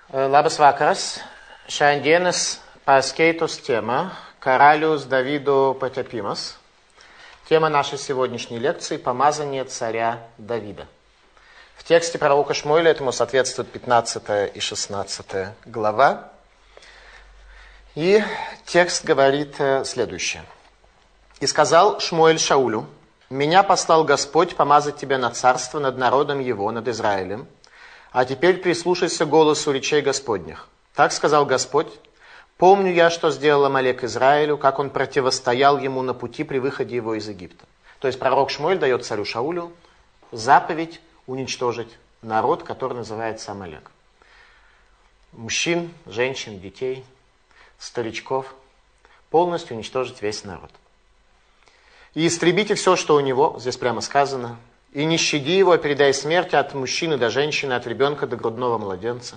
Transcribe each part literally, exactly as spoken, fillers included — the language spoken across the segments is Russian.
Labas vakaras. Šiandienis paskaitos тема «Каралиус Давиду потепимас». Тема нашей сегодняшней лекции – «Помазание царя Давида». В тексте пророка Шмуэля этому соответствует пятнадцатая и шестнадцатая глава. И текст говорит следующее. «И сказал Шмуэль Шаулю: меня послал Господь помазать тебя на царство над народом его, над Израилем. А теперь прислушайся к голосу речей Господних. Так сказал Господь: помню я, что сделал Амалек Израилю, как он противостоял ему на пути при выходе его из Египта». То есть пророк Шмуэль дает царю Шаулю заповедь уничтожить народ, который называется Амалек. Мужчин, женщин, детей, старичков. Полностью уничтожить весь народ. «И истребите все, что у него», здесь прямо сказано, «и не щади его, а передай смерти от мужчины до женщины, от ребенка до грудного младенца,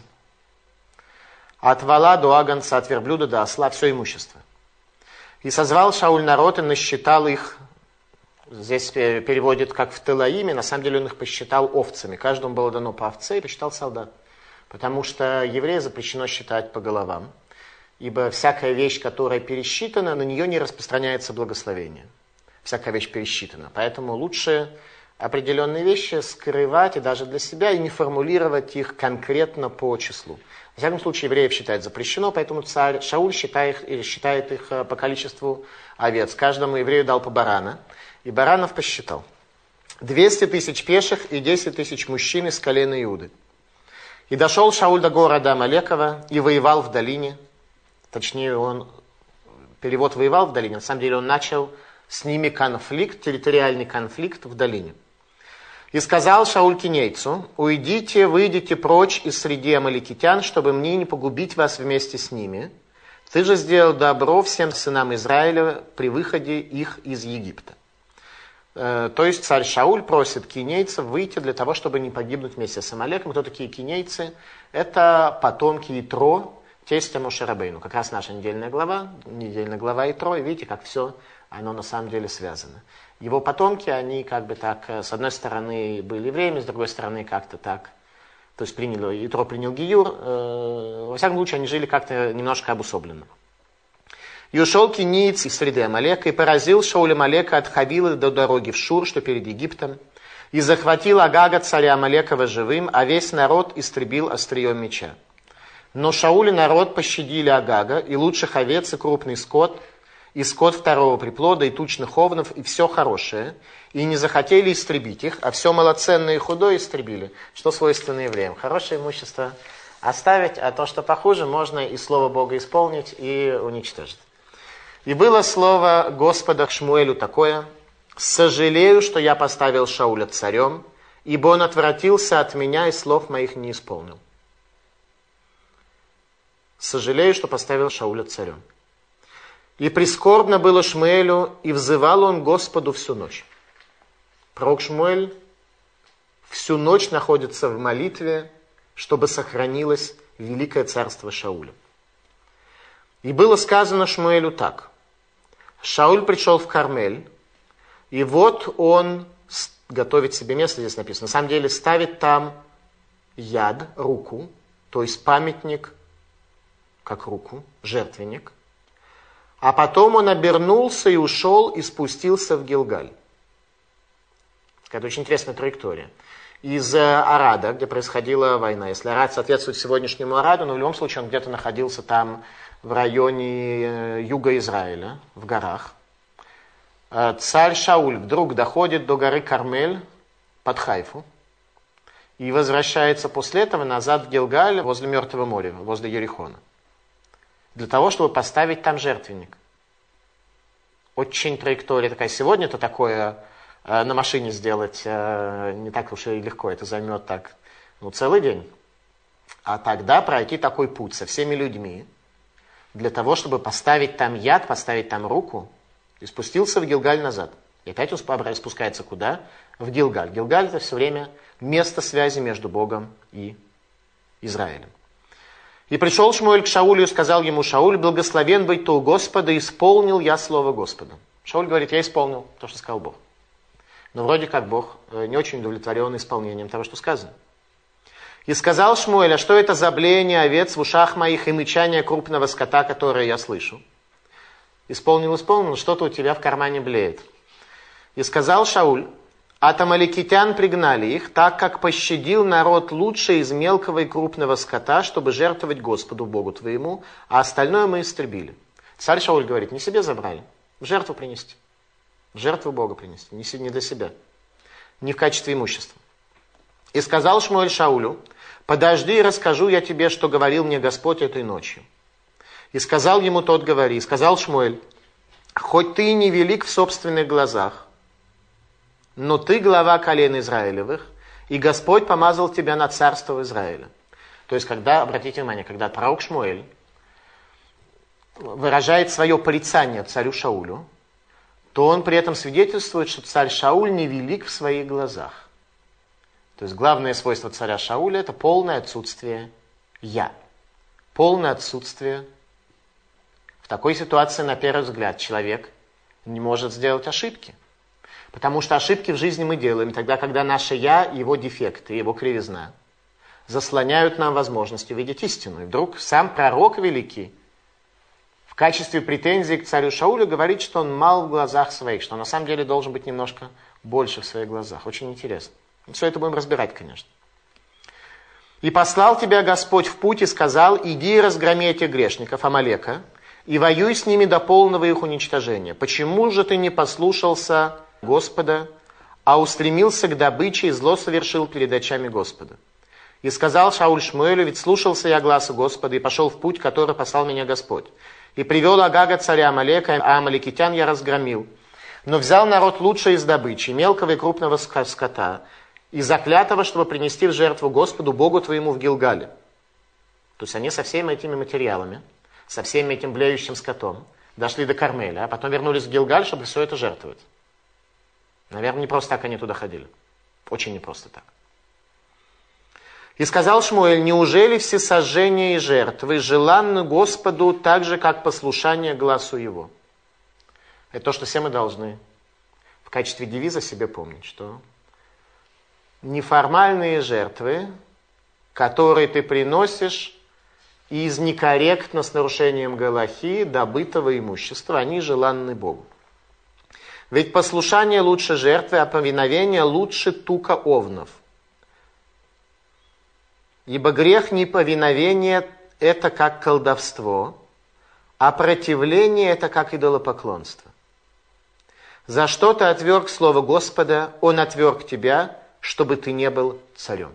от вала до агнца, от верблюда до осла, все имущество. И созвал Шауль народ и насчитал их», здесь переводит как в Телаиме, на самом деле он их посчитал овцами, каждому было дано по овце, и посчитал солдат. Потому что еврея запрещено считать по головам, ибо всякая вещь, которая пересчитана, на нее не распространяется благословение. Всякая вещь пересчитана. Поэтому лучше определенные вещи скрывать и даже для себя, и не формулировать их конкретно по числу. В всяком случае, евреев считать запрещено, поэтому царь Шауль считает их, считает их по количеству овец. Каждому еврею дал по барана, и баранов посчитал. двести тысяч пеших и десять тысяч мужчин из колена Иуды. И дошел Шауль до города Амалекова и воевал в долине. Точнее, он, перевод «воевал в долине», на самом деле он начал с ними конфликт, территориальный конфликт в долине. «И сказал Шауль кинейцу: уйдите, выйдите прочь из среды амаликитян, чтобы мне не погубить вас вместе с ними. Ты же сделал добро всем сынам Израиля при выходе их из Египта». То есть царь Шауль просит кинейцев выйти для того, чтобы не погибнуть вместе с Амалеком. Кто такие кинейцы? Это потомки Итро, тестя Моше Рабейну. Как раз наша недельная глава, недельная глава Итро. И видите, как все оно на самом деле связано. Его потомки, они как бы так, с одной стороны были евреями, с другой стороны как-то так, то есть приняли, Итро принял Гиюр, э, во всяком случае они жили как-то немножко обособленно. «И ушел кинеец из среды Амалека, и поразил Шауль Амалека от Хавилы до дороги в Шур, что перед Египтом, и захватил Агага царя Амалекова живым, а весь народ истребил острием меча. Но Шауль и народ пощадили Агага, и лучших овец, и крупный скот, и скот второго приплода, и тучных овнов, и все хорошее, и не захотели истребить их, а все малоценное и худое истребили», что свойственно евреям. Хорошее имущество оставить, а то, что похуже, можно и слово Бога исполнить и уничтожить. «И было слово Господа к Шмуэлю такое: сожалею, что я поставил Шауля царем, ибо он отвратился от меня и слов моих не исполнил». Сожалею, что поставил Шауля царем. «И прискорбно было Шмуэлю, и взывал он Господу всю ночь». Пророк Шмуэль всю ночь находится в молитве, чтобы сохранилось великое царство Шауля. «И было сказано Шмуэлю так: Шауль пришел в Кармель, и вот он готовит себе место», здесь написано, на самом деле ставит там яд, руку, то есть памятник, как руку, жертвенник. «А потом он обернулся и ушел, и спустился в Гилгаль». Это очень интересная траектория. Из Арада, где происходила война. Если Арад соответствует сегодняшнему Араду, но в любом случае он где-то находился там в районе юга Израиля, в горах. Царь Шауль вдруг доходит до горы Кармель под Хайфу и возвращается после этого назад в Гилгаль возле Мертвого моря, возле Ерихона, для того, чтобы поставить там жертвенник. Очень траектория такая. Сегодня это такое э, на машине сделать э, не так уж и легко. Это займет так, ну, целый день. А тогда пройти такой путь со всеми людьми, для того, чтобы поставить там яд, поставить там руку, и спустился в Гилгаль назад. И опять он спускается куда? В Гилгаль. Гилгаль — это все время место связи между Богом и Израилем. «И пришел Шмуэль к Шаулю и сказал ему: Шауль, благословен быть ты у Господа, исполнил я слово Господа». Шауль говорит: я исполнил то, что сказал Бог. Но вроде как Бог не очень удовлетворен исполнением того, что сказано. И сказал Шмуэль: а что это за блеяние овец в ушах моих и мычание крупного скота, которое я слышу? Исполнил, исполнил, что-то у тебя в кармане блеет. И сказал Шауль: от амаликитян пригнали их, так как пощадил народ лучше из мелкого и крупного скота, чтобы жертвовать Господу Богу твоему, а остальное мы истребили. Царь Шауль говорит: не себе забрали, в жертву принести. В жертву Бога принести, не для себя, не в качестве имущества. И сказал Шмуэль Шаулю: подожди, и расскажу я тебе, что говорил мне Господь этой ночью. И сказал ему тот: говори. И сказал Шмуэль: хоть ты и не велик в собственных глазах, но ты глава колен Израилевых, и Господь помазал тебя на царство Израиля. То есть, когда, обратите внимание, когда пророк Шмуэль выражает свое порицание царю Шаулю, то он при этом свидетельствует, что царь Шауль не велик в своих глазах. То есть, главное свойство царя Шауля – это полное отсутствие «я». Полное отсутствие. В такой ситуации, на первый взгляд, человек не может сделать ошибки. Потому что ошибки в жизни мы делаем тогда, когда наше «я», его дефекты, его кривизна заслоняют нам возможность увидеть истину. И вдруг сам пророк великий в качестве претензии к царю Шаулю говорит, что он мал в глазах своих, что он на самом деле должен быть немножко больше в своих глазах. Очень интересно. Все это будем разбирать, конечно. «И послал тебя Господь в путь и сказал: иди и разгроми этих грешников, Амалека, и воюй с ними до полного их уничтожения. Почему же ты не послушался Господа, а устремился к добыче и зло совершил перед очами Господа? И сказал Шауль Шмуэлю: ведь слушался я гласа Господа и пошел в путь, который послал меня Господь. И привел Агага царя Амалека, а амаликитян я разгромил. Но взял народ лучшее из добычи, мелкого и крупного скота, и заклятого, чтобы принести в жертву Господу Богу твоему в Гилгале». То есть они со всеми этими материалами, со всем этим блеющим скотом дошли до Кармеля, а потом вернулись в Гилгаль, чтобы все это жертвовать. Наверное, не просто так они туда ходили. Очень непросто так. «И сказал Шмуэль: неужели все сожжения и жертвы желанны Господу так же, как послушание гласу Его?» Это то, что все мы должны в качестве девиза себе помнить, что неформальные жертвы, которые ты приносишь из некорректно с нарушением галахи добытого имущества, они желанны Богу. Ведь послушание лучше жертвы, а повиновение лучше тука овнов. Ибо грех неповиновения – это как колдовство, а противление – это как идолопоклонство. За что ты отверг слово Господа, Он отверг тебя, чтобы ты не был царем.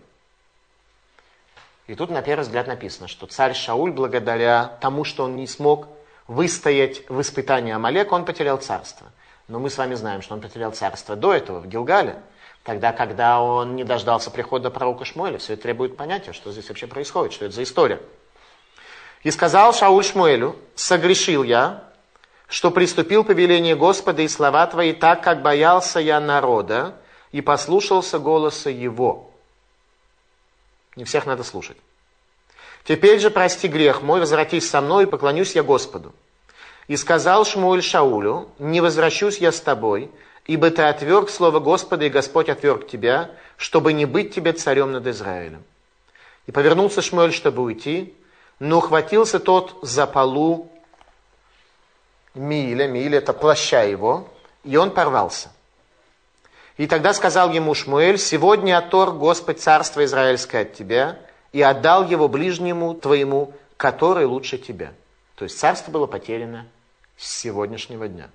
И тут на первый взгляд написано, что царь Шауль, благодаря тому, что он не смог выстоять в испытании Амалека, он потерял царство. Но мы с вами знаем, что он потерял царство до этого в Гилгале, тогда, когда он не дождался прихода пророка Шмуэля. Все это требует понятия, что здесь вообще происходит, что это за история. «И сказал Шауль Шмуэлю: согрешил я, что приступил повеление Господа и слова твои, так как боялся я народа и послушался голоса его». Не всех надо слушать. «Теперь же прости грех мой, возвратись со мной, и поклонюсь я Господу. И сказал Шмуэль Шаулю: не возвращусь я с тобой, ибо ты отверг слово Господа, и Господь отверг тебя, чтобы не быть тебе царем над Израилем. И повернулся Шмуэль, чтобы уйти, но ухватился тот за полу Мииля, Мииля — это плаща его, и он порвался. И тогда сказал ему Шмуэль: сегодня отторг Господь царство израильское от тебя и отдал его ближнему твоему, который лучше тебя». То есть царство было потеряно с сегодняшнего дня.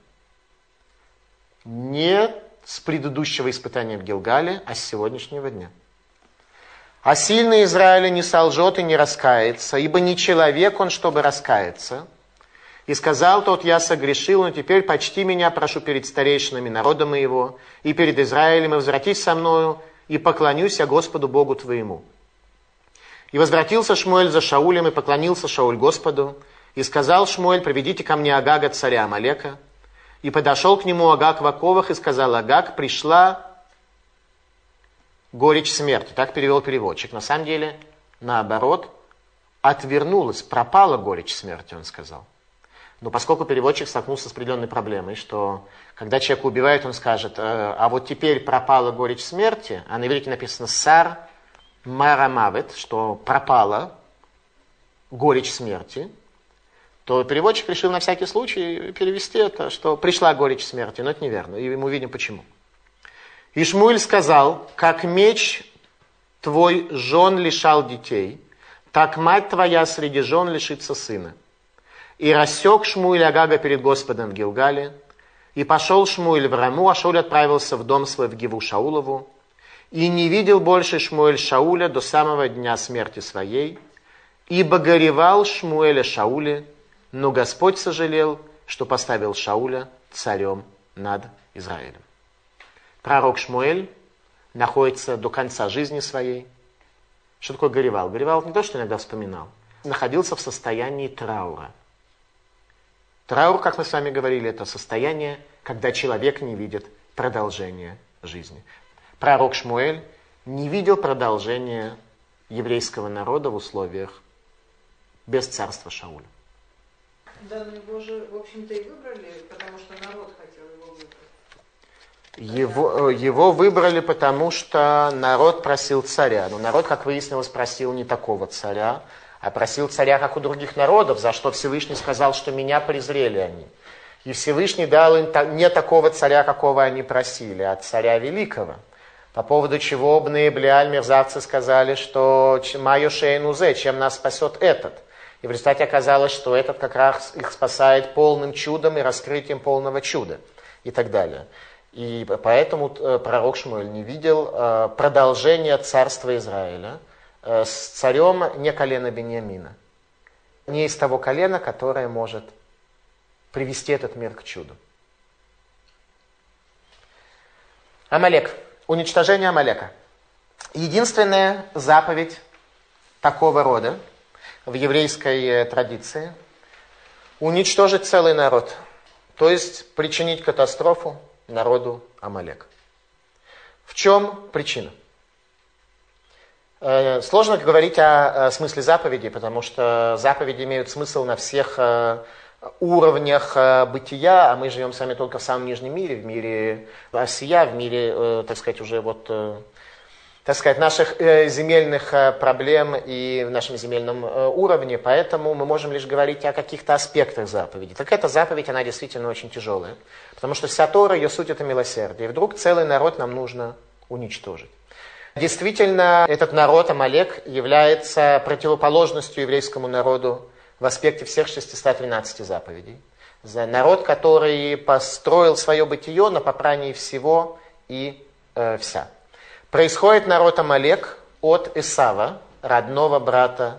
Не с предыдущего испытания в Гилгале, а с сегодняшнего дня. «А сильный Израиля не солжет и не раскается, ибо не человек он, чтобы раскаяться. И сказал тот: я согрешил, но теперь почти меня, прошу перед старейшинами народа моего и перед Израилем, и возвратись со мною, и поклонюсь я Господу Богу твоему. И возвратился Шмуэль за Шаулем, и поклонился Шауль Господу. И сказал Шмуэль: приведите ко мне Агага, царя Амалека. И подошел к нему Агаг в оковах, и сказал: Агаг, пришла горечь смерти. Так перевел переводчик. На самом деле, наоборот, отвернулась, пропала горечь смерти, он сказал. Но поскольку переводчик столкнулся с определенной проблемой, что когда человека убивают, он скажет: а вот теперь пропала горечь смерти, а на иврите написано «сар марамавет, что пропала горечь смерти, то переводчик решил на всякий случай перевести это, что пришла горечь смерти, но это неверно, и мы увидим почему. И Шмуэль сказал: как меч твой жен лишал детей, так мать твоя среди жен лишится сына. И рассек Шмуэль Агага перед Господом в Гилгале, и пошел Шмуэль в Раму, а Шауль отправился в дом свой в Гиву Шаулову, и не видел больше Шмуэль Шауля до самого дня смерти своей, ибо горевал Шмуэль о Шауле, но Господь сожалел, что поставил Шауля царем над Израилем. Пророк Шмуэль находится до конца жизни своей. Что такое горевал? Горевал не то, что иногда вспоминал. Находился в состоянии траура. Траур, как мы с вами говорили, это состояние, когда человек не видит продолжения жизни. Пророк Шмуэль не видел продолжения еврейского народа в условиях без царства Шауля. Да, но его же, в общем-то, и выбрали, потому что народ хотел его выбрать. Его, его выбрали, потому что народ просил царя. Но народ, как выяснилось, просил не такого царя, а просил царя, как у других народов, за что Всевышний сказал, что меня презрели они. И Всевышний дал им не такого царя, какого они просили, а царя великого. По поводу чего Бней Блиаль мерзавцы сказали, что «Майо шейнузе», чем нас спасет этот. И в результате оказалось, что этот как раз их спасает полным чудом и раскрытием полного чуда. И так далее. И поэтому пророк Шмуэль не видел продолжения царства Израиля с царем не колена Беньямина. Не из того колена, которое может привести этот мир к чуду. Амалек. Уничтожение Амалека. Единственная заповедь такого рода в еврейской традиции — уничтожить целый народ, то есть причинить катастрофу народу Амалек. В чем причина? Сложно говорить о смысле заповедей, потому что заповеди имеют смысл на всех уровнях бытия, а мы живем с вами только в самом нижнем мире, в мире осия, в мире, так сказать, уже вот, так сказать, наших земельных проблем и в нашем земельном уровне, поэтому мы можем лишь говорить о каких-то аспектах заповеди. Так эта заповедь, она действительно очень тяжелая, потому что вся Тора, ее суть — это милосердие, и вдруг целый народ нам нужно уничтожить. Действительно, этот народ, Амалек, является противоположностью еврейскому народу в аспекте всех шестисот двенадцати заповедей. Народ, который построил свое бытие на попрании всего и э, вся. Происходит народ Амалек от Исава, родного брата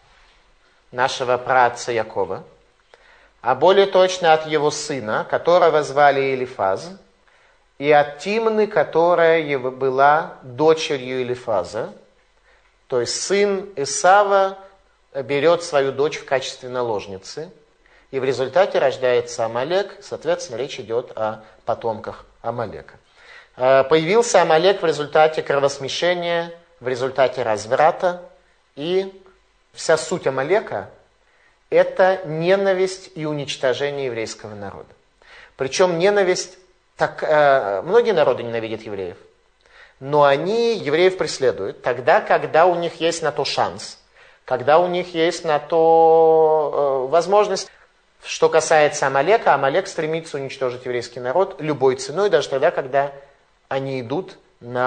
нашего праотца Якова, а более точно от его сына, которого звали Элифаз, и от Тимны, которая была дочерью Элифаза, то есть сын Исава берет свою дочь в качестве наложницы, и в результате рождается Амалек, соответственно, речь идет о потомках Амалека. Появился Амалек в результате кровосмешения, в результате разврата, и вся суть Амалека – это ненависть и уничтожение еврейского народа. Причем ненависть, так, многие народы ненавидят евреев, но они евреев преследуют тогда, когда у них есть на то шанс, когда у них есть на то возможность. Что касается Амалека, Амалек стремится уничтожить еврейский народ любой ценой, даже тогда, когда они идут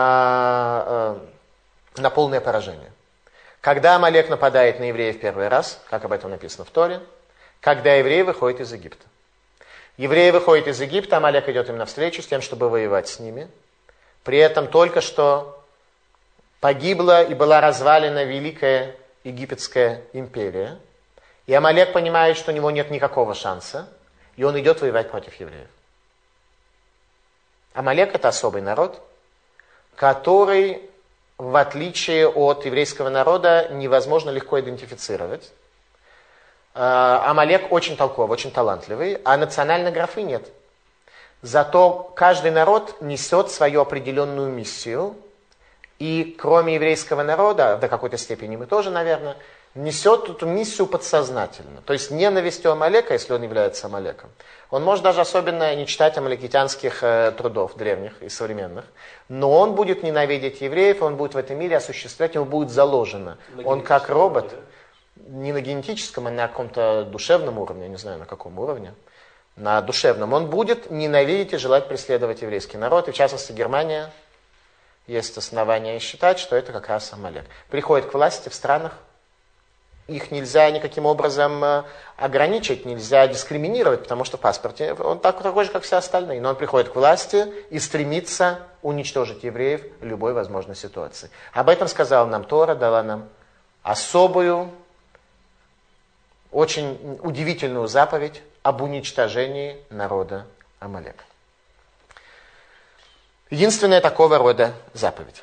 на, на полное поражение. Когда Амалек нападает на евреев первый раз, как об этом написано в Торе, когда евреи выходят из Египта. Евреи выходят из Египта, Амалек идет им навстречу с тем, чтобы воевать с ними. При этом только что погибла и была развалена великая египетская империя. И Амалек понимает, что у него нет никакого шанса, и он идет воевать против евреев. Амалек — это особый народ, который, в отличие от еврейского народа, невозможно легко идентифицировать. Амалек очень толковый, очень талантливый, а национальной графы нет. Зато каждый народ несет свою определенную миссию, и кроме еврейского народа, до какой-то степени мы тоже, наверное, несет эту миссию подсознательно. То есть ненавистью Амалека, если он является Амалеком. Он может даже особенно не читать амалекитянских э, трудов древних и современных, но он будет ненавидеть евреев, он будет в этом мире осуществлять, ему будет заложено. Он как робот, не на генетическом, а на каком-то душевном уровне, я не знаю на каком уровне, на душевном, он будет ненавидеть и желать преследовать еврейский народ, и в частности Германия, есть основания считать, что это как раз Амалек. Приходит к власти в странах, их нельзя никаким образом ограничить, нельзя дискриминировать, потому что в паспорте он такой же, как все остальные. Но он приходит к власти и стремится уничтожить евреев в любой возможной ситуации. Об этом сказала нам Тора, дала нам особую, очень удивительную заповедь об уничтожении народа Амалека. Единственная такого рода заповедь.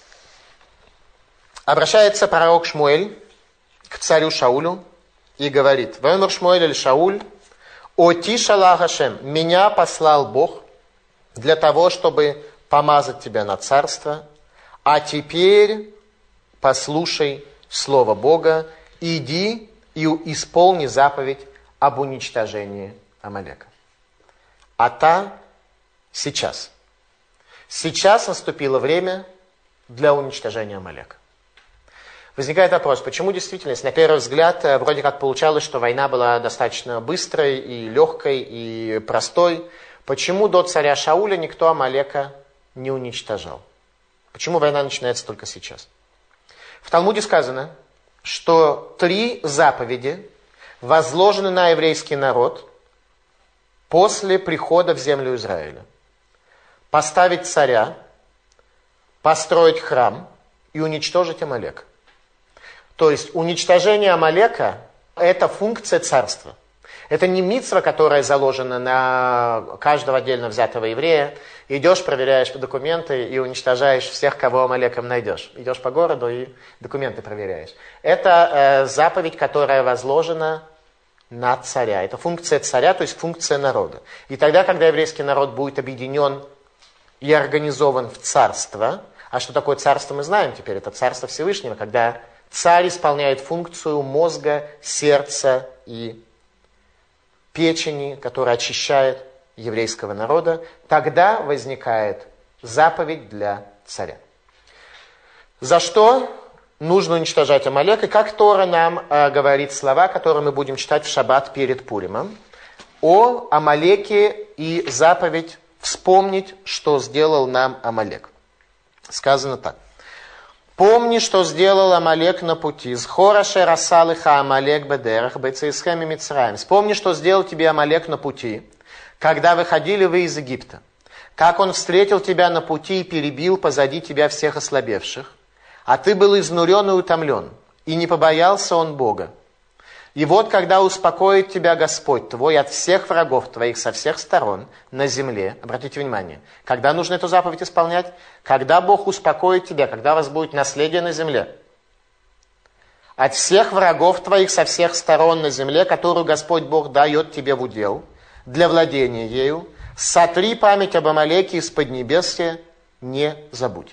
Обращается пророк Шмуэль к царю Шаулю и говорит: «Ваэмер Шмуэль эль Шауль, оти шалах Ашем, меня послал Бог для того, чтобы помазать тебя на царство, а теперь послушай слово Бога, иди и исполни заповедь об уничтожении Амалека». А та сейчас. Сейчас наступило время для уничтожения Амалека. Возникает вопрос, почему действительно, если на первый взгляд вроде как получалось, что война была достаточно быстрой и легкой и простой, почему до царя Шауля никто Амалека не уничтожал? Почему война начинается только сейчас? В Талмуде сказано, что три заповеди возложены на еврейский народ после прихода в землю Израиля. Поставить царя, построить храм и уничтожить Амалека. То есть уничтожение Амалека – это функция царства. Это не мицва, которая заложена на каждого отдельно взятого еврея. Идешь, проверяешь документы и уничтожаешь всех, кого Амалеком найдешь. Идешь по городу и документы проверяешь. Это э, заповедь, которая возложена на царя. Это функция царя, то есть функция народа. И тогда, когда еврейский народ будет объединен и организован в царство, а что такое царство, мы знаем теперь, это царство Всевышнего, когда царь исполняет функцию мозга, сердца и печени, которая очищает еврейского народа, тогда возникает заповедь для царя. За что нужно уничтожать Амалек? И как Тора нам э, говорит слова, которые мы будем читать в шаббат перед Пуримом, о Амалеке и заповедь вспомнить, что сделал нам Амалек. Сказано так. «Помни, что сделал Амалек на пути. Зхораше расалыха Амалек бедерах бецейсхем и Мицраим». Вспомни, что сделал тебе Амалек на пути, когда выходили вы из Египта. Как он встретил тебя на пути и перебил позади тебя всех ослабевших. А ты был изнурен и утомлен, и не побоялся он Бога. И вот, когда успокоит тебя Господь твой от всех врагов твоих со всех сторон на земле, обратите внимание, когда нужно эту заповедь исполнять? Когда Бог успокоит тебя, когда у вас будет наследие на земле. От всех врагов твоих со всех сторон на земле, которую Господь Бог дает тебе в удел, для владения ею, сотри память об Амалеке из поднебесья, не забудь.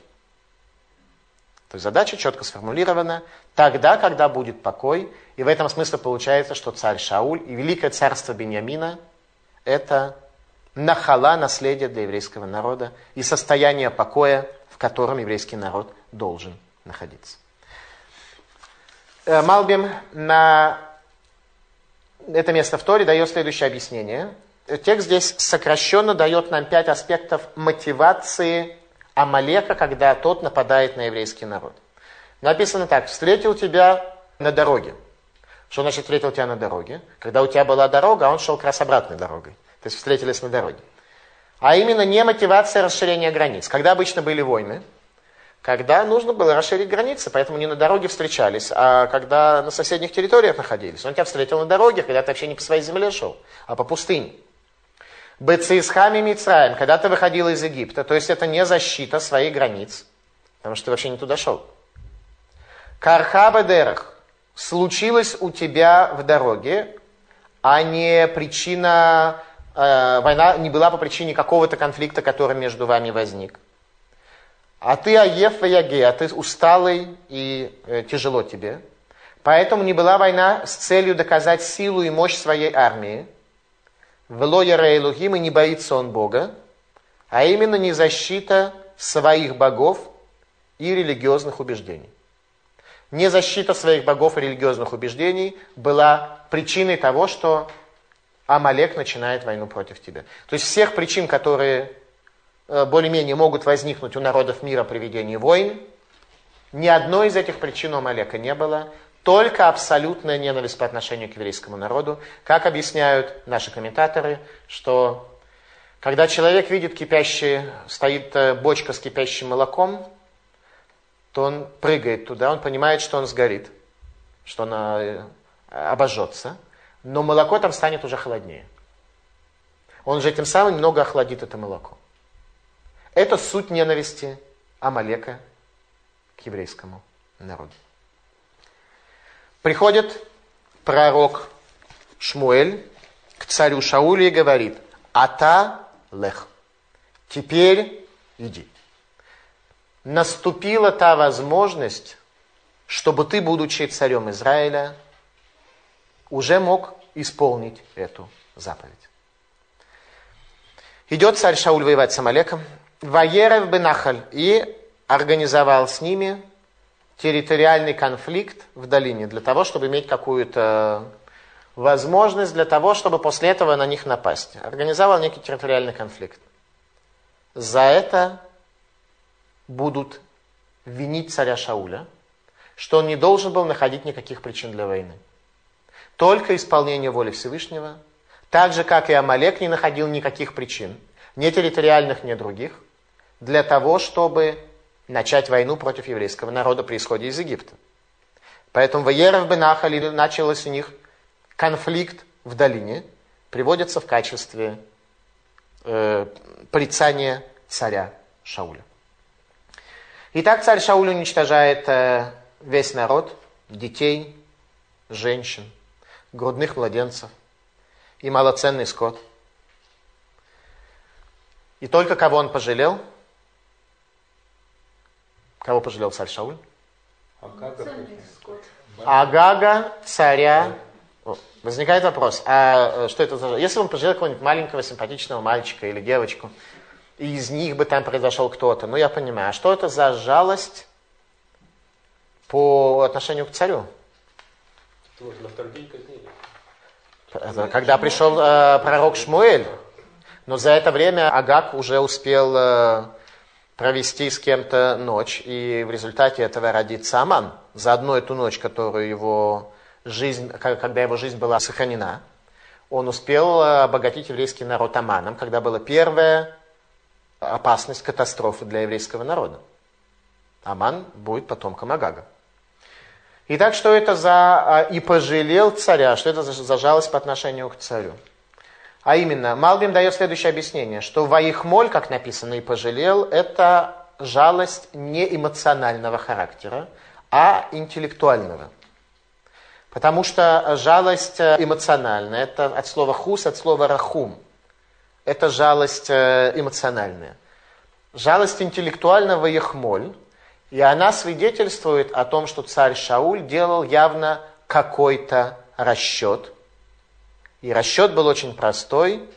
То есть задача четко сформулирована тогда, когда будет покой. И в этом смысле получается, что царь Шауль и великое царство Беньямина – это нахала, наследие для еврейского народа и состояние покоя, в котором еврейский народ должен находиться. Малбим на это место в Торе дает следующее объяснение. Текст здесь сокращенно дает нам пять аспектов мотивации Амалека, когда тот нападает на еврейский народ. Написано так: «Встретил тебя на дороге». Что значит встретил тебя на дороге? Когда у тебя была дорога, а он шел как раз обратной дорогой. То есть встретились на дороге. А именно не мотивация расширения границ. Когда обычно были войны, когда нужно было расширить границы, поэтому не на дороге встречались, а когда на соседних территориях находились. Он тебя встретил на дороге, когда ты вообще не по своей земле шел, а по пустыне. Бецейсхами Мицраим, когда ты выходил из Египта, то есть это не защита своих границ, потому что ты вообще не туда шел. Карха бедерах, случилось у тебя в дороге, а не причина, э, война не была по причине какого-то конфликта, который между вами возник. А ты аеф ваяге, а ты усталый и э, тяжело тебе. Поэтому не была война с целью доказать силу и мощь своей армии. Вело яре элохим, и не боится он Бога, а именно не защита своих богов и религиозных убеждений. Не защита своих богов и религиозных убеждений была причиной того, что Амалек начинает войну против тебя. То есть всех причин, которые более-менее могут возникнуть у народов мира при ведении войн, ни одной из этих причин у Амалека не было, только абсолютная ненависть по отношению к еврейскому народу. Как объясняют наши комментаторы, что когда человек видит кипящий, стоит бочка с кипящим молоком, то он прыгает туда, он понимает, что он сгорит, что он обожжется, но молоко там станет уже холоднее. Он же тем самым немного охладит это молоко. Это суть ненависти Амалека к еврейскому народу. Приходит пророк Шмуэль к царю Шаулю и говорит: «Ата лех, теперь иди». Наступила та возможность, чтобы ты, будучи царем Израиля, уже мог исполнить эту заповедь. Идет царь Шауль воевать с Амалеком, «Ваерев бенахаль», и организовал с ними территориальный конфликт в долине, для того, чтобы иметь какую-то возможность, для того, чтобы после этого на них напасть. Организовал некий территориальный конфликт. За это будут винить царя Шауля, что он не должен был находить никаких причин для войны. Только исполнение воли Всевышнего, так же, как и Амалек не находил никаких причин, ни территориальных, ни других, для того, чтобы начать войну против еврейского народа при исходе из Египта. Поэтому Ваерев бенахаль, начался у них конфликт в долине, приводится в качестве э, порицания царя Шауля. Итак, царь Шауль уничтожает э, весь народ, детей, женщин, грудных младенцев и малоценный скот. И только кого он пожалел? Кого пожалел царь Шауль? Агага, царя. Возникает вопрос, а что это за... Если он пожалел какого-нибудь маленького симпатичного мальчика или девочку, и из них бы там произошел кто-то, ну я понимаю, а что это за жалость по отношению к царю? На второй день казнили. Это когда пришел э, пророк Шмуэль, но за это время Агаг уже успел э, провести с кем-то ночь, и в результате этого родится Аман. За одну эту ночь, которую его жизнь, когда его жизнь была сохранена, он успел обогатить еврейский народ Аманом, когда была первая опасность катастрофы для еврейского народа. Аман будет потомком Агага. Итак, что это за «и пожалел царя», что это за жалость по отношению к царю? А именно, Малбим дает следующее объяснение, что «ваихмоль», как написано, «и пожалел», это жалость не эмоционального характера, а интеллектуального. Потому что жалость эмоциональная, это от слова «хус», от слова «рахум». Это жалость эмоциональная. Жалость интеллектуального «ваихмоль», и она свидетельствует о том, что царь Шауль делал явно какой-то расчет. И расчет был очень простой.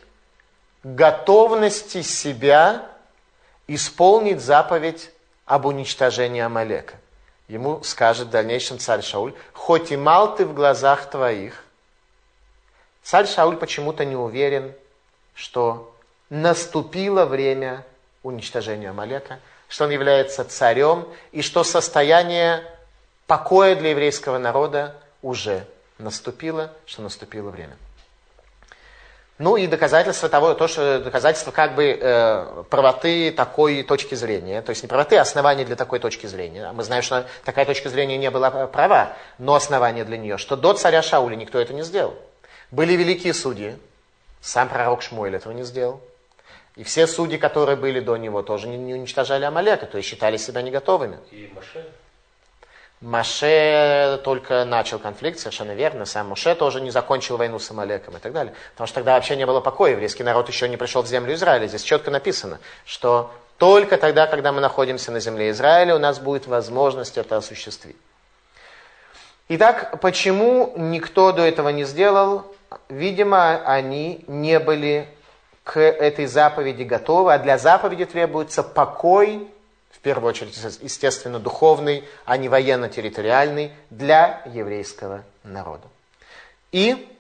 Готовности себя исполнить заповедь об уничтожении Амалека. Ему скажет в дальнейшем царь Шауль: хоть и мал ты в глазах твоих. Царь Шауль почему-то не уверен, что наступило время уничтожения Амалека, что он является царем, и что состояние покоя для еврейского народа уже наступило, что наступило время. Ну и доказательство того, то, что доказательство как бы э, правоты такой точки зрения, то есть не правоты, а основания для такой точки зрения. Мы знаем, что такая точка зрения не была права, но основание для нее, что до царя Шауля никто это не сделал. Были великие судьи, сам пророк Шмуэль этого не сделал. И все судьи, которые были до него, тоже не, не уничтожали Амалека, то есть считали себя не готовыми. И Моше? Моше только начал конфликт, совершенно верно. Сам Моше тоже не закончил войну с Амалеком и так далее. Потому что тогда вообще не было покоя. Еврейский народ еще не пришел в землю Израиля. Здесь четко написано, что Только тогда, когда мы находимся на земле Израиля, у нас будет возможность это осуществить. Итак, почему никто до этого не сделал? Видимо, они не были к этой заповеди готовы, а для заповеди требуется покой, в первую очередь, естественно, духовный, а не военно-территориальный, для еврейского народа. И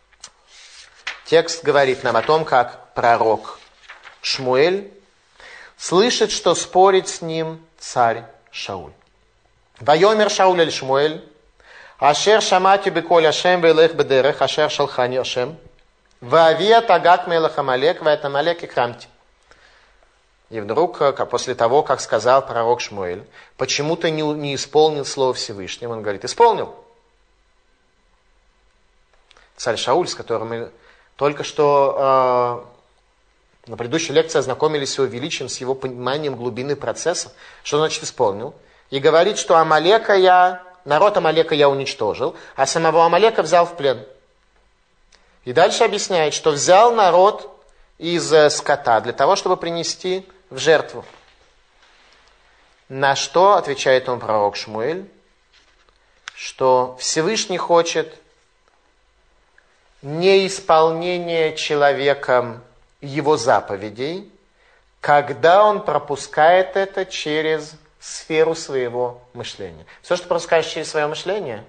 текст говорит нам о том, как пророк Шмуэль слышит, что спорит с ним царь Шауль. «Вайомер Шауль эль Шмуэль, ашер шамати беколь Ашем вейлех бедерех, ашер шалхани Ашем, ваави атагак мелах Амалек, ваэт Амалек и крамти». И вдруг, после того, как сказал пророк Шмуэль, почему ты не, не исполнил слово Всевышнего, он говорит, исполнил. Царь Шауль, с которым мы только что э, на предыдущей лекции ознакомились с его величием, с его пониманием глубины процесса, что значит исполнил, и говорит, что Амалека я, народ Амалека я уничтожил, а самого Амалека взял в плен. И дальше объясняет, что взял народ из скота для того, чтобы принести в жертву. На что отвечает он пророк Шмуэль, что Всевышний хочет неисполнение человеком его заповедей, когда он пропускает это через сферу своего мышления. Все, что пропускаешь через свое мышление,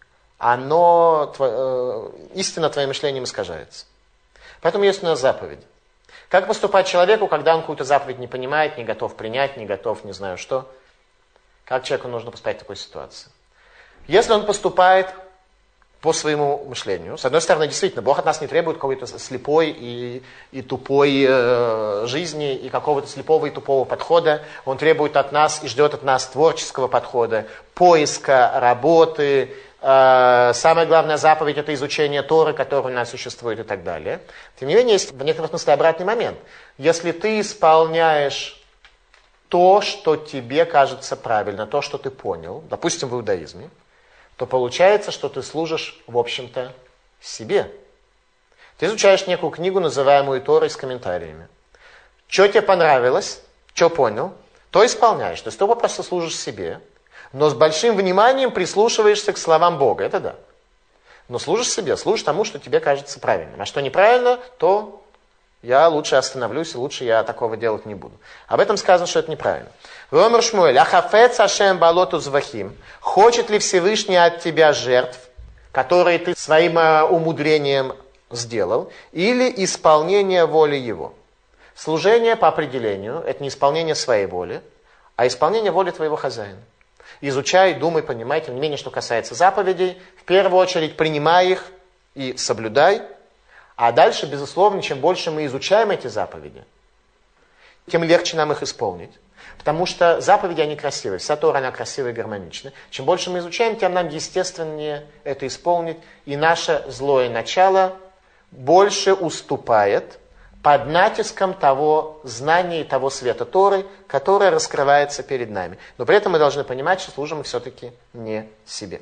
оно, э, истинно твоим мышлением искажается. Поэтому есть у нас заповедь. Как поступать человеку, когда он какую-то заповедь не понимает, не готов принять, не готов, не знаю что? Как человеку нужно поступать в такой ситуации? Если он поступает по своему мышлению, с одной стороны, действительно, Бог от нас не требует какой-то слепой и, и тупой э, жизни, и какого-то слепого и тупого подхода. Он требует от нас и ждет от нас творческого подхода, поиска работы. Э, самая главная заповедь – это изучение Торы, которая у нас существует и так далее. Тем не менее, есть в некотором смысле обратный момент. Если ты исполняешь то, что тебе кажется правильно, то, что ты понял, допустим, в иудаизме, то получается, что ты служишь, в общем-то, себе. Ты изучаешь некую книгу, называемую Торой, с комментариями. Что тебе понравилось, что понял, то исполняешь. То есть ты просто служишь себе, но с большим вниманием прислушиваешься к словам Бога. Это да. Но служишь себе, служишь тому, что тебе кажется правильным. А что неправильно, то я лучше остановлюсь, и лучше я такого делать не буду. Об этом сказано, что это неправильно. Вомер Шмуэль, ахафец Ашем балоту звахим. Хочет ли Всевышний от тебя жертв, которые ты своим умудрением сделал, или исполнение воли его? Служение по определению – это не исполнение своей воли, а исполнение воли твоего хозяина. Изучай, думай, понимай. Тем не менее, что касается заповедей, в первую очередь принимай их и соблюдай. А дальше, безусловно, чем больше мы изучаем эти заповеди, тем легче нам их исполнить. Потому что заповеди, они красивые, вся Тора, она красивая и гармоничная. Чем больше мы изучаем, тем нам естественнее это исполнить. И наше злое начало больше уступает под натиском того знания и того света Торы, которое раскрывается перед нами. Но при этом мы должны понимать, что служим мы все-таки не себе.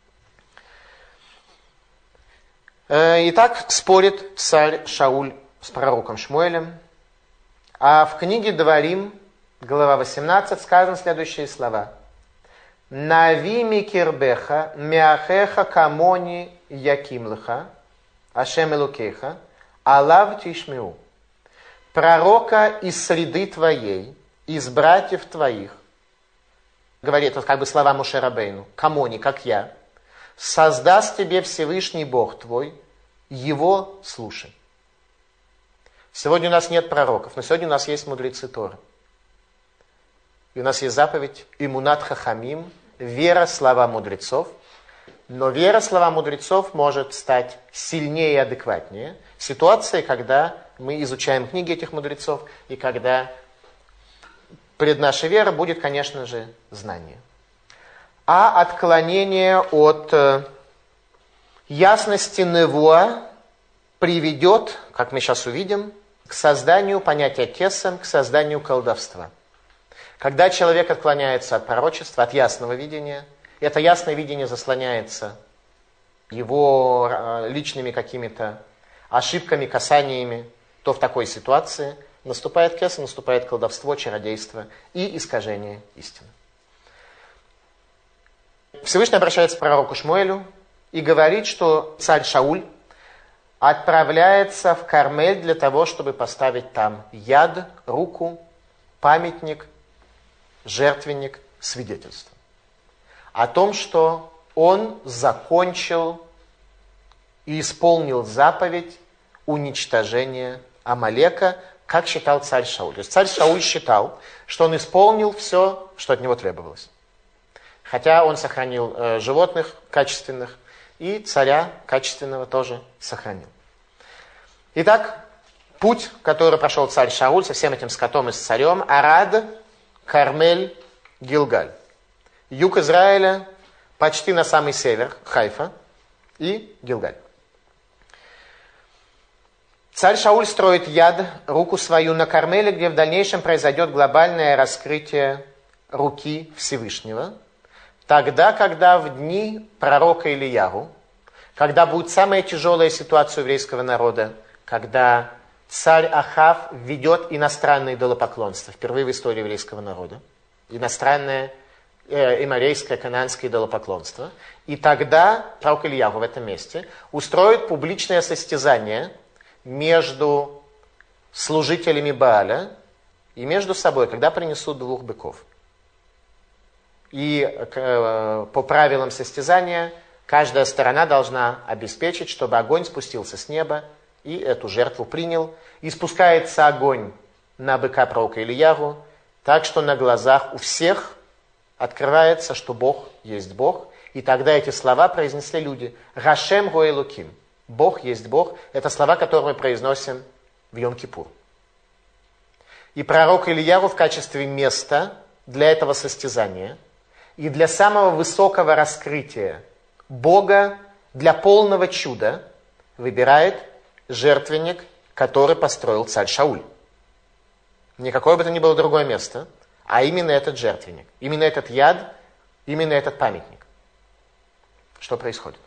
Итак, спорит царь Шауль с пророком Шмуэлем. А в книге Дворим, глава восемнадцать, сказаны следующие слова. «Нави микирбеха, мяхеха камони якимлыха, ашем элукеха, алав тишмиу». Пророка из среды твоей, из братьев твоих, говорит, это как бы слова Моше Рабейну, камони, как я, создаст тебе Всевышний Бог твой, его слушай. Сегодня у нас нет пророков, но сегодня у нас есть мудрецы Торы. И у нас есть заповедь имунат хахамим, вера, слова мудрецов. Но вера, слова мудрецов может стать сильнее и адекватнее в ситуации, когда мы изучаем книги этих мудрецов, и когда пред нашей верой будет, конечно же, знание. А отклонение от э, ясности невуа приведет, как мы сейчас увидим, к созданию понятия кесем, к созданию колдовства. Когда человек отклоняется от пророчества, от ясного видения, это ясное видение заслоняется его э, личными какими-то ошибками, касаниями, то в такой ситуации Наступает кесар, наступает колдовство, чародейство и искажение истины. Всевышний обращается к пророку Шмуэлю и говорит, что царь Шауль отправляется в Кармель для того, чтобы поставить там яд, руку, памятник, жертвенник, свидетельство о том, что он закончил и исполнил заповедь уничтожения Амалека, как считал царь Шауль. То есть царь Шауль считал, что он исполнил все, что от него требовалось. Хотя он сохранил э, животных качественных, и царя качественного тоже сохранил. Итак, путь, который прошел царь Шауль со всем этим скотом и с царем: Арад, Кармель, Гилгаль. Юг Израиля, почти на самый север, Хайфа и Гилгаль. Царь Шауль строит яд, руку свою, на Кармеле, где в дальнейшем произойдет глобальное раскрытие руки Всевышнего. Тогда, когда в дни пророка Илиягу, когда будет самая тяжелая ситуация у еврейского народа, когда царь Ахав ведет иностранное идолопоклонство, впервые в истории еврейского народа, иностранное э, эморейское, кананское идолопоклонство, и тогда пророк Илиягу в этом месте устроит публичное состязание между служителями Бааля и между собой, когда принесут двух быков. И э, по правилам состязания каждая сторона должна обеспечить, чтобы огонь спустился с неба и эту жертву принял. И спускается огонь на быка пророка Илиягу, так что на глазах у всех открывается, что Бог есть Бог. И тогда эти слова произнесли люди: «Гашем го Элоким». Бог есть Бог. Это слова, которые мы произносим в Йом-Кипур. И пророк Илиягу в качестве места для этого состязания и для самого высокого раскрытия Бога, для полного чуда, выбирает жертвенник, который построил царь Шауль. Никакое бы то ни было другое место, а именно этот жертвенник, именно этот яд, именно этот памятник. Что происходит?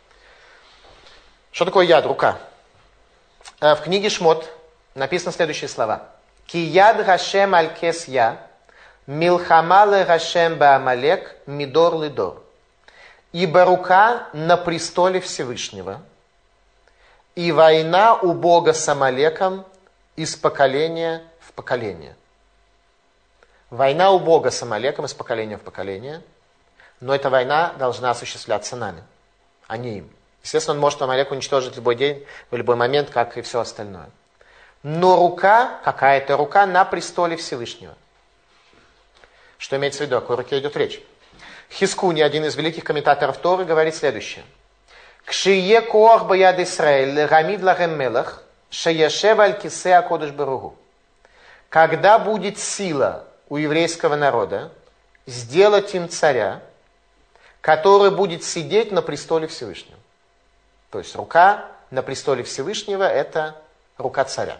Что такое яд, рука? В книге Шмот написаны следующие слова. «Ки яд Гашем аль кес я, милхама ле Гашем баамалек, мидор лидор». Ибо рука на престоле Всевышнего, и война у Бога с Амалеком из поколения в поколение. Война у Бога с Амалеком из поколения в поколение, но эта война должна осуществляться нами, а не им. Естественно, он может Амалек уничтожить в любой день, в любой момент, как и все остальное. Но рука, какая-то рука на престоле Всевышнего. Что имеется в виду? О какой руке идет речь? Хискуни, один из великих комментаторов Торы, говорит следующее. «Кшие коах баяд Исраэль, рамид лахем мелах, шеяшев аль кисе акодыш баругу». Когда будет сила у еврейского народа сделать им царя, который будет сидеть на престоле Всевышнего. То есть рука на престоле Всевышнего – это рука царя.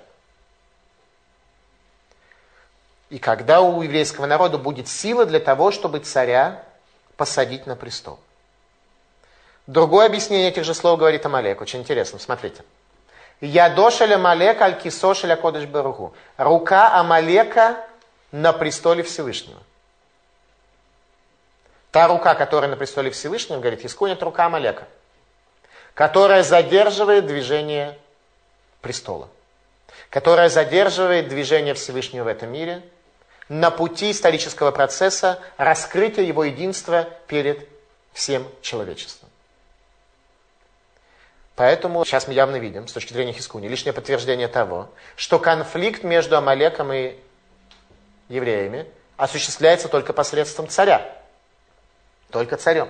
И когда у еврейского народа будет сила для того, чтобы царя посадить на престол. Другое объяснение этих же слов говорит Амалек. Очень интересно, смотрите. Ядошеля Амалек аль кисошеля кодыш баруху. Рука Амалека на престоле Всевышнего. Та рука, которая на престоле Всевышнего, говорит Хискуни, это рука Амалека, которая задерживает движение престола, которая задерживает движение Всевышнего в этом мире на пути исторического процесса раскрытия его единства перед всем человечеством. Поэтому сейчас мы явно видим, с точки зрения Хискуни, лишнее подтверждение того, что конфликт между Амалеком и евреями осуществляется только посредством царя. Только царем.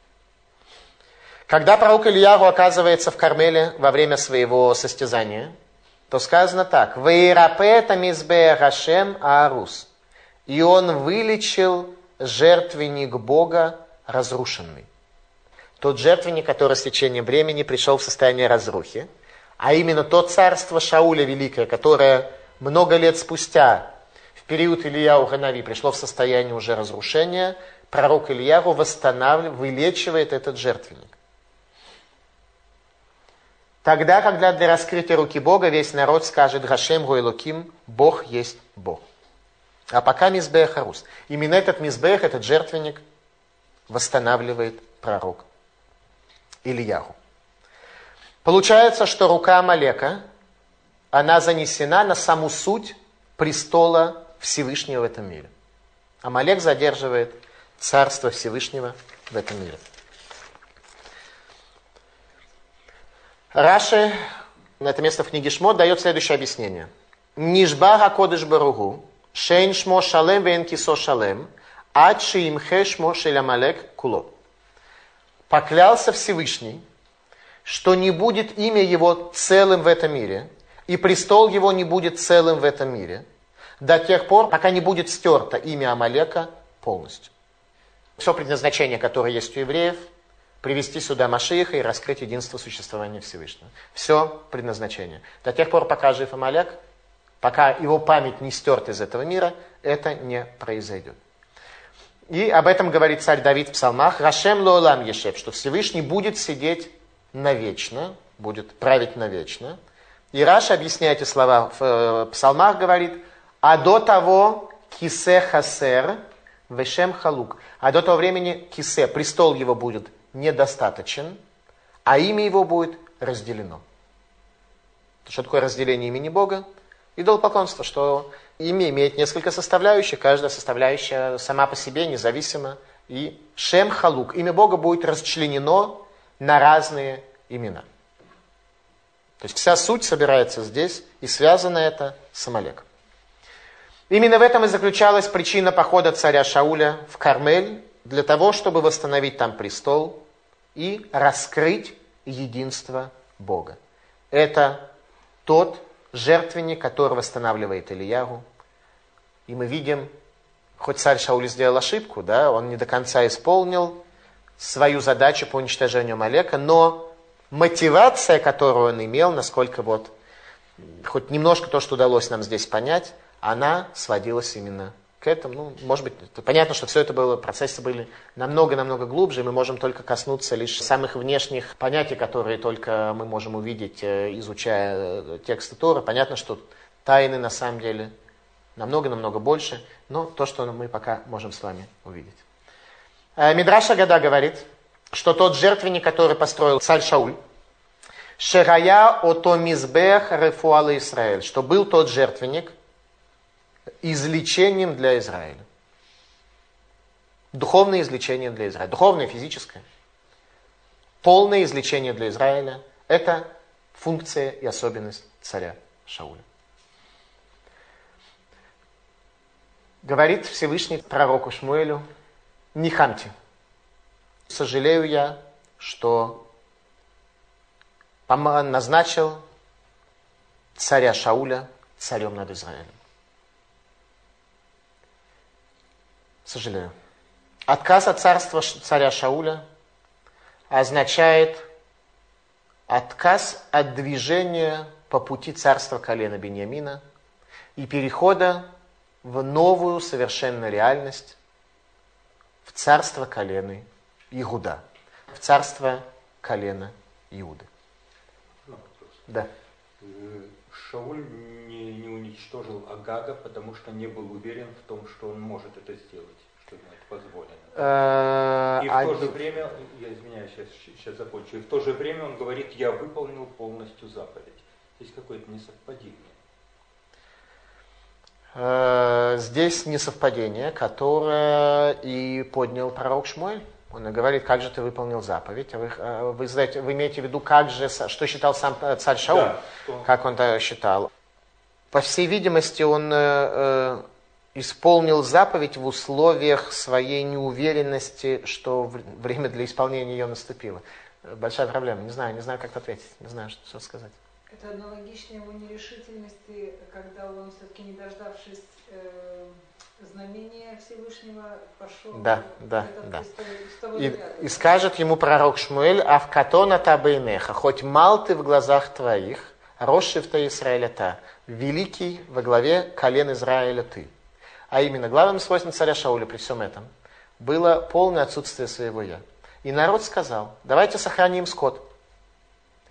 Когда пророк Илиягу оказывается в Кармеле во время своего состязания, то сказано так: «Вейрапе тамизбе Гашем аарус». И он вылечил жертвенник Бога разрушенный. Тот жертвенник, который с течением времени пришел в состояние разрухи, а именно то царство Шауля Великое, которое много лет спустя, в период Илияху ха-Нави, пришло в состояние уже разрушения, пророк Илияху восстанавливает, вылечивает этот жертвенник. Тогда, когда для раскрытия руки Бога весь народ скажет «Гашем Гуэлоким», Бог есть Бог. А пока Мизбех Харус. Именно этот Мизбех, этот жертвенник, восстанавливает пророк Ильяху. Получается, что рука Амалека, она занесена на саму суть престола Всевышнего в этом мире. Амалек задерживает царство Всевышнего в этом мире. Раши на это место в книге Шмот дает следующее объяснение. Нишба ха-кодеш баругу, шейн шмо шалем вен кисо шалем, ад шиимхе шмо шель Амалек куло. Поклялся Всевышний, что не будет имя его целым в этом мире, и престол его не будет целым в этом мире, до тех пор, пока не будет стерто имя Амалека полностью. Все предназначение, которое есть у евреев, привести сюда Машиаха и раскрыть единство существования Всевышнего. Все предназначение. До тех пор, пока жив Амалек, пока его память не стерта из этого мира, это не произойдет. И об этом говорит царь Давид в псалмах. «Рашем лоолам ешев», что Всевышний будет сидеть навечно, будет править навечно. И Раши, объясняя эти слова в псалмах, говорит, а до того кисе хасер вешем халук. А до того времени кисе, престол его будет недостаточен, а имя его будет разделено. Что такое разделение имени Бога? Идолопоклонство, что имя имеет несколько составляющих, каждая составляющая сама по себе независима. И шем халук, имя Бога будет расчленено на разные имена. То есть вся суть собирается здесь, и связано это с Амалеком. Именно в этом и заключалась причина похода царя Шауля в Кармель, для того, чтобы восстановить там престол и раскрыть единство Бога. Это тот жертвенник, который восстанавливает Ильягу. И мы видим, хоть царь Шауль сделал ошибку, да, он не до конца исполнил свою задачу по уничтожению Амалека, но мотивация, которую он имел, насколько вот, хоть немножко то, что удалось нам здесь понять, она сводилась именно к этому. Ну, может быть, понятно, что все это было, процессы были намного-намного глубже, и мы можем только коснуться лишь самых внешних понятий, которые только мы можем увидеть, изучая тексты Торы. Понятно, что тайны на самом деле намного-намного больше, но то, что мы пока можем с вами увидеть. Мидраш Агада говорит, что тот жертвенник, который построил царь Шауль, Шерая ото мизбех рефуала Исраэль, что был тот жертвенник излечением для Израиля. Духовное излечение для Израиля. Духовное, физическое. Полное излечение для Израиля. Это функция и особенность царя Шауля. Говорит Всевышний пророку Шмуэлю: не хамьте. Сожалею я, что назначил царя Шауля царем над Израилем. Сожалею. Отказ от царства царя Шауля означает отказ от движения по пути царства колена Биньямина и перехода в новую совершенно реальность, в царство колена Иуда, в царство колена Иуды. Да. Шауль не, не уничтожил Агага, потому что не был уверен в том, что он может это сделать, что ему это позволено. И в то же время, я извиняюсь, сейчас, сейчас закончу, и в то же время он говорит: я выполнил полностью заповедь. Здесь какое-то несовпадение. Здесь несовпадение, которое и поднял пророк Шмуэль. Он говорит: как же ты выполнил заповедь? А вы, вы, знаете, вы имеете в виду, как же, что считал сам царь Шауль? Да, как он это считал? По всей видимости, он э, исполнил заповедь в условиях своей неуверенности, что время для исполнения ее наступило. Большая проблема. Не знаю, не знаю, как ответить. Не знаю, что, что сказать. Это аналогично его нерешительности, когда он, все-таки не дождавшись э, знамения Всевышнего, пошел... Да, да, да. И, и скажет ему пророк Шмуэль: «Авкатона та бейнеха, хоть мал ты в глазах твоих, росшив-то Израиля та, великий во главе колен Израиля ты». А именно, главным свойством царя Шауля при всем этом было полное отсутствие своего «я». И народ сказал: давайте сохраним скот.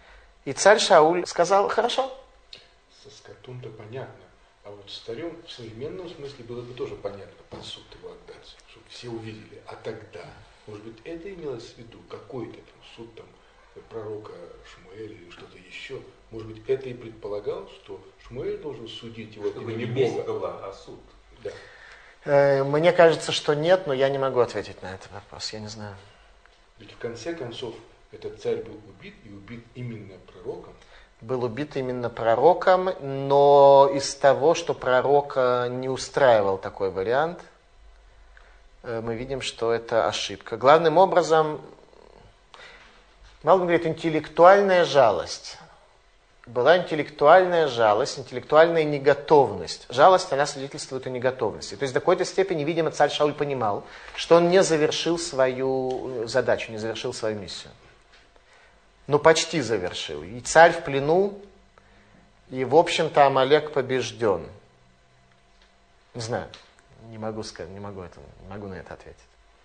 И царь Шауль сказал: хорошо. Со скотом-то понятно. А вот с царем в современном смысле было бы тоже понятно, под суд его отдать, чтобы все увидели. А тогда, может быть, это имелось в виду, какой-то там суд там, пророка Шмуэля или что-то еще. Может быть, это и предполагал, что Шмуэль должен судить его от Чтобы имени не месть Бога. была, а суд. Да. Мне кажется, что нет, но я не могу ответить на этот вопрос, я не знаю. Ведь в конце концов этот царь был убит, и убит именно пророком. Был убит именно пророком, но из того, что пророка не устраивал такой вариант, мы видим, что это ошибка. Главным образом, Малбим говорит, интеллектуальная жалость. Была интеллектуальная жалость, интеллектуальная неготовность. Жалость, она свидетельствует о неготовности. То есть до какой-то степени, видимо, царь Шауль понимал, что он не завершил свою задачу, не завершил свою миссию. Ну, почти завершил. И царь в плену, и, в общем-то, Амалек побежден. Не знаю, не могу сказать, не могу, это, не могу на это ответить.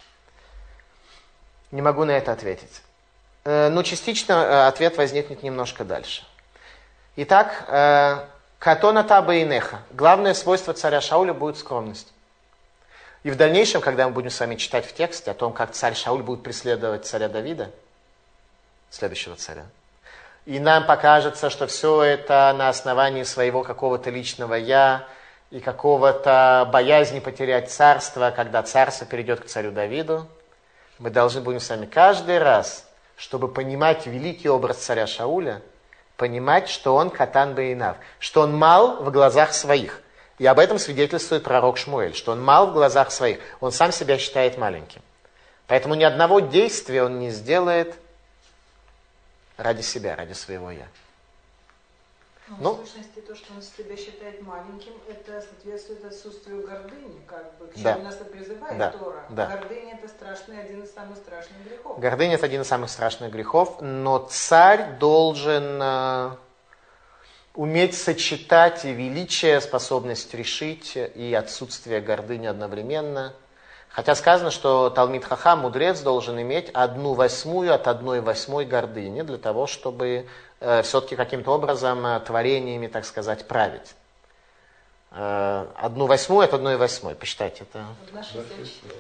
Не могу на это ответить. Но частично ответ возникнет немножко дальше. Итак, катона таба и неха. Главное свойство царя Шауля будет скромность. И в дальнейшем, когда мы будем с вами читать в тексте о том, как царь Шауль будет преследовать царя Давида, следующего царя, и нам покажется, что все это на основании своего какого-то личного «я» и какого-то боязни потерять царство, когда царство перейдет к царю Давиду, мы должны будем с вами каждый раз, чтобы понимать великий образ царя Шауля, понимать, что он катан бейнав, что он мал в глазах своих. И об этом свидетельствует пророк Шмуэль, что он мал в глазах своих. Он сам себя считает маленьким. Поэтому ни одного действия он не сделает ради себя, ради своего «я». Ну, Ну, в сущности, то, что он себя считает маленьким, это соответствует отсутствию гордыни, как бы, к чему Да. нас и призывает Да. Тора. Да. Гордыня – это страшный, один из самых страшных грехов. Гордыня – это один из самых страшных грехов, но царь должен э, уметь сочетать и величие, способность решить, и отсутствие гордыни одновременно. Хотя сказано, что Талмид Хахам, мудрец, должен иметь одну восьмую от одной восьмой гордыни для того, чтобы э, все-таки каким-то образом э, творениями, так сказать, править. Э, одну восьмую от одной восьмой, посчитайте это. Одна шестьдесят четыре.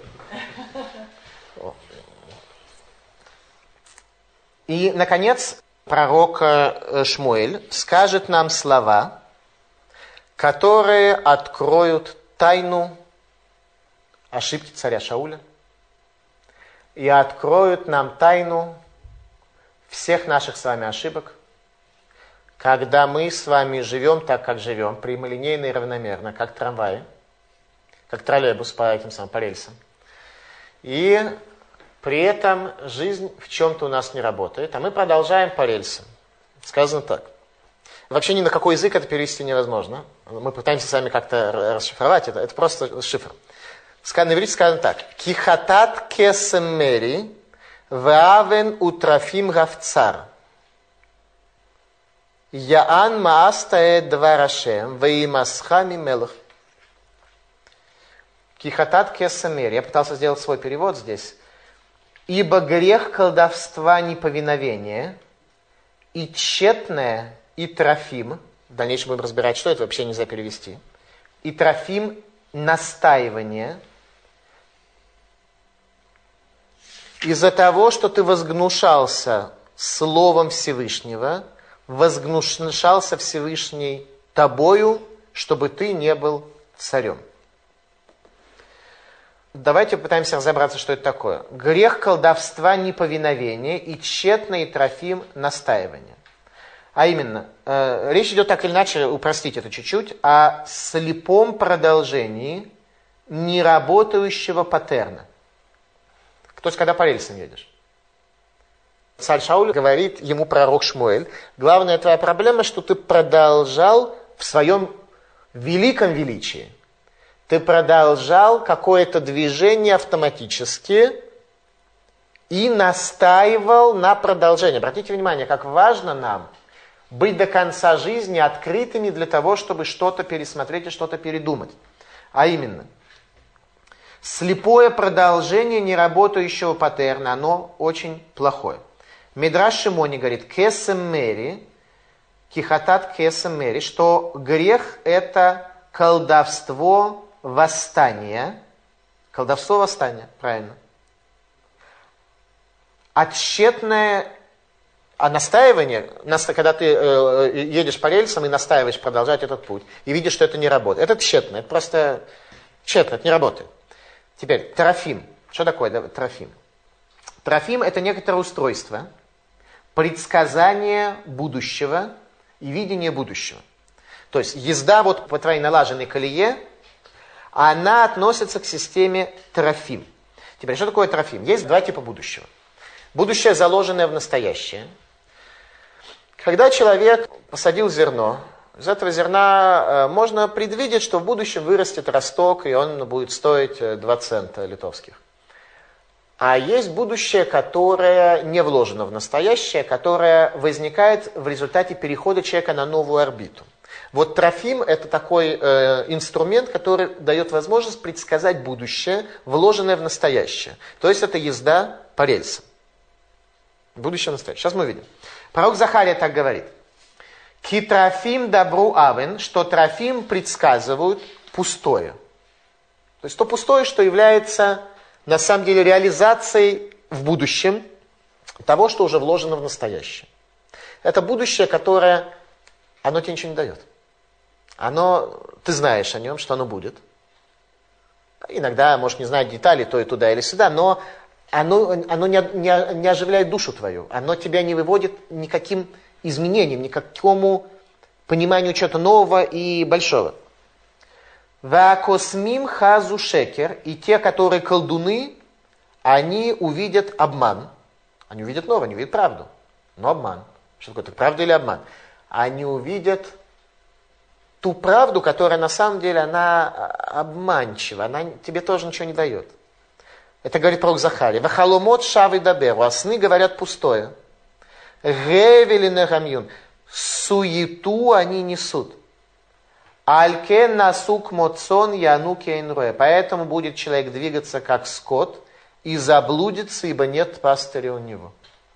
И, наконец, пророк э, Шмуэль скажет нам слова, которые откроют тайну ошибки царя Шауля и откроют нам тайну всех наших с вами ошибок, когда мы с вами живем так, как живем, прямолинейно и равномерно, как трамваи, как троллейбус по этим самым, по рельсам. И при этом жизнь в чем-то у нас не работает, а мы продолжаем по рельсам. Сказано так. Вообще ни на какой язык это перевести невозможно. Мы пытаемся с вами как-то расшифровать это. Это просто шифр. На иврите сказано так. Кихатат кесемери ваавен утрафим гавцар. Яан маастае дварашем ваимасхами мелах. Кихатат кесемери. Я пытался сделать свой перевод здесь. Ибо грех колдовства неповиновения и тщетное и трофим, в дальнейшем будем разбирать, что это вообще нельзя перевести, и трофим настаивание, из-за того, что ты возгнушался Словом Всевышнего, возгнушался Всевышний тобою, чтобы ты не был царем. Давайте попытаемся разобраться, что это такое. Грех колдовства неповиновения и тщетный трофим настаивания. А именно, э, речь идет так или иначе, упростить это чуть-чуть, о слепом продолжении неработающего паттерна. То есть, когда по рельсам едешь. Царь Шауль говорит ему пророк Шмуэль, главная твоя проблема, что ты продолжал в своем великом величии. Ты продолжал какое-то движение автоматически и настаивал на продолжении. Обратите внимание, как важно нам быть до конца жизни открытыми для того, чтобы что-то пересмотреть и что-то передумать. А именно, слепое продолжение неработающего паттерна, оно очень плохое. Мидраш Шимони говорит, кесем мери, кихатат кесем мери, что грех это колдовство восстания. Колдовство восстания, правильно. А тщетное, а настаивание, когда ты э, едешь по рельсам и настаиваешь продолжать этот путь, и видишь, что это не работает. Это тщетно, это просто тщетно, это не работает. Теперь, трофим. Что такое да, трофим? Трофим это некоторое устройство, предсказание будущего и видение будущего. То есть езда вот по твоей налаженной колее, она относится к системе трофим. Теперь, что такое трофим? Есть два типа будущего. Будущее, заложенное в настоящее. Когда человек посадил зерно, из этого зерна можно предвидеть, что в будущем вырастет росток, и он будет стоить два цента литовских. А есть будущее, которое не вложено в настоящее, которое возникает в результате перехода человека на новую орбиту. Вот трофим – это такой э, инструмент, который дает возможность предсказать будущее, вложенное в настоящее. То есть это езда по рельсам. Будущее настоящее. Сейчас мы увидим. Пророк Захария так говорит. «Ки трофим добру авен», что трофим предсказывают пустое. То есть то пустое, что является на самом деле реализацией в будущем того, что уже вложено в настоящее. Это будущее, которое, оно тебе ничего не дает. Оно, ты знаешь о нем, что оно будет. Иногда, может, не знать детали, то и туда или сюда, но оно, оно не, не, не оживляет душу твою. Оно тебя не выводит никаким изменениям, никакому пониманию чего-то нового и большого. Ваакосмим хазу шекер, и те, которые колдуны, они увидят обман. Они увидят новое, они увидят правду, но обман. Что такое, так правда или обман? Они увидят ту правду, которая на самом деле она обманчива, она тебе тоже ничего не дает. Это говорит пророк Захария. Вахаломот шавы даберу, а сны говорят пустое. Гевели нехамьюн, суету они несут. Алькен насук моцон яну кейнруэ. Поэтому будет человек двигаться как скот и заблудится, ибо нет пастыря у него.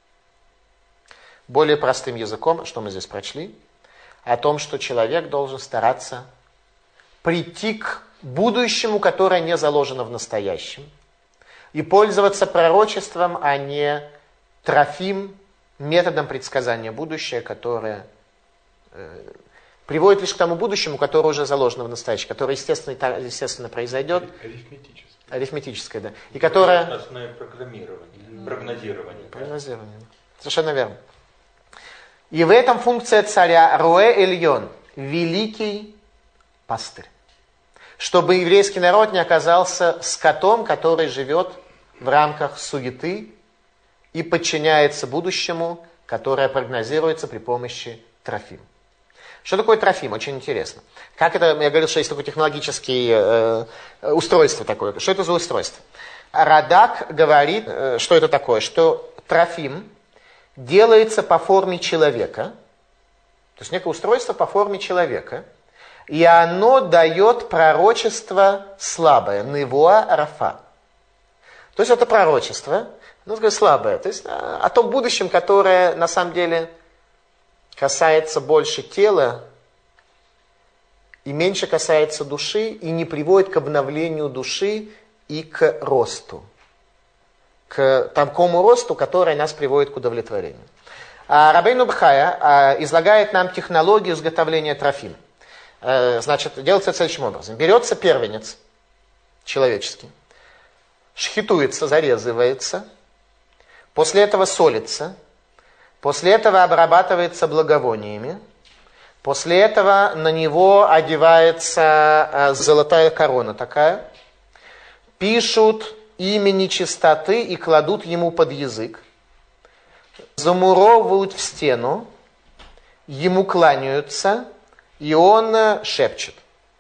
Более простым языком, что мы здесь прочли, о том, что человек должен стараться прийти к будущему, которое не заложено в настоящем, и пользоваться пророчеством, а не трофим, методом предсказания будущего, которое э, приводит лишь к тому будущему, которое уже заложено в настоящем, которое естественно, естественно произойдет. Арифметическое. Арифметическое, да. И которое... Основное программирование, прогнозирование. Прогнозирование. Совершенно верно. И в этом функция царя Руэ Эльон, великий пастырь. Чтобы еврейский народ не оказался скотом, который живет в рамках суеты и подчиняется будущему, которое прогнозируется при помощи трофим. Что такое трофим? Очень интересно. Как это, я говорил, что есть такое технологическое э, устройство такое. Что это за устройство? Радак говорит, э, что это такое, что трофим делается по форме человека, то есть некое устройство по форме человека, и оно дает пророчество слабое, невуа рафа. То есть это пророчество, ну, такое слабое, то есть о том будущем, которое на самом деле касается больше тела и меньше касается души, и не приводит к обновлению души и к росту. К такому росту, который нас приводит к удовлетворению. А Рабейну Бхая а, излагает нам технологию изготовления трофим. А, значит, делается следующим образом. Берется первенец человеческий, шхитуется, зарезывается, после этого солится, после этого обрабатывается благовониями, после этого на него одевается а, золотая корона такая, пишут имя нечистоты и кладут ему под язык, замуровывают в стену, ему кланяются, и он шепчет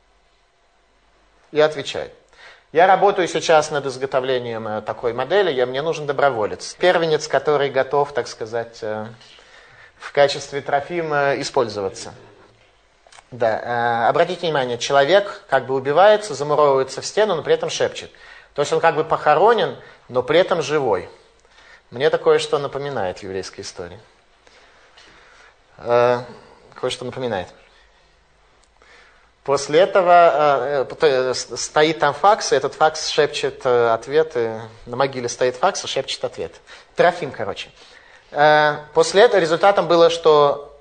и отвечает. Я работаю сейчас над изготовлением такой модели, я, мне нужен доброволец. Первенец, который готов, так сказать, в качестве трофима использоваться. Да, обратите внимание, человек как бы убивается, замуровывается в стену, но при этом шепчет. То есть он как бы похоронен, но при этом живой. Мне такое что напоминает в еврейской истории. кое-что напоминает. После этого э, стоит там факс, и этот факс шепчет э, ответы. На могиле стоит факс и шепчет ответ. Трофим, короче. Э, после этого результатом было, что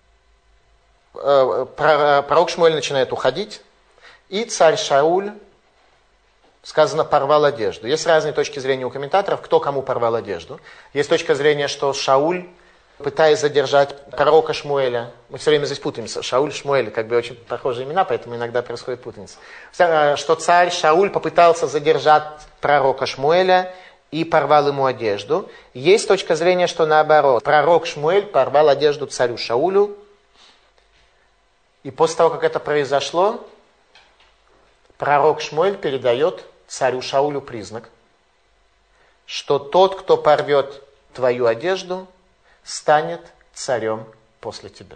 э, пророк Шмуэль начинает уходить, и царь Шауль, сказано, порвал одежду. Есть разные точки зрения у комментаторов, кто кому порвал одежду. Есть точка зрения, что Шауль, пытаясь задержать пророка Шмуэля, мы все время здесь путаемся, Шауль, Шмуэль, как бы очень похожие имена, поэтому иногда происходит путаница. Что царь Шауль попытался задержать пророка Шмуэля и порвал ему одежду. Есть точка зрения, что наоборот, пророк Шмуэль порвал одежду царю Шаулю, и после того, как это произошло, пророк Шмуэль передает царю Шаулю признак, что тот, кто порвет твою одежду, станет царем после тебя.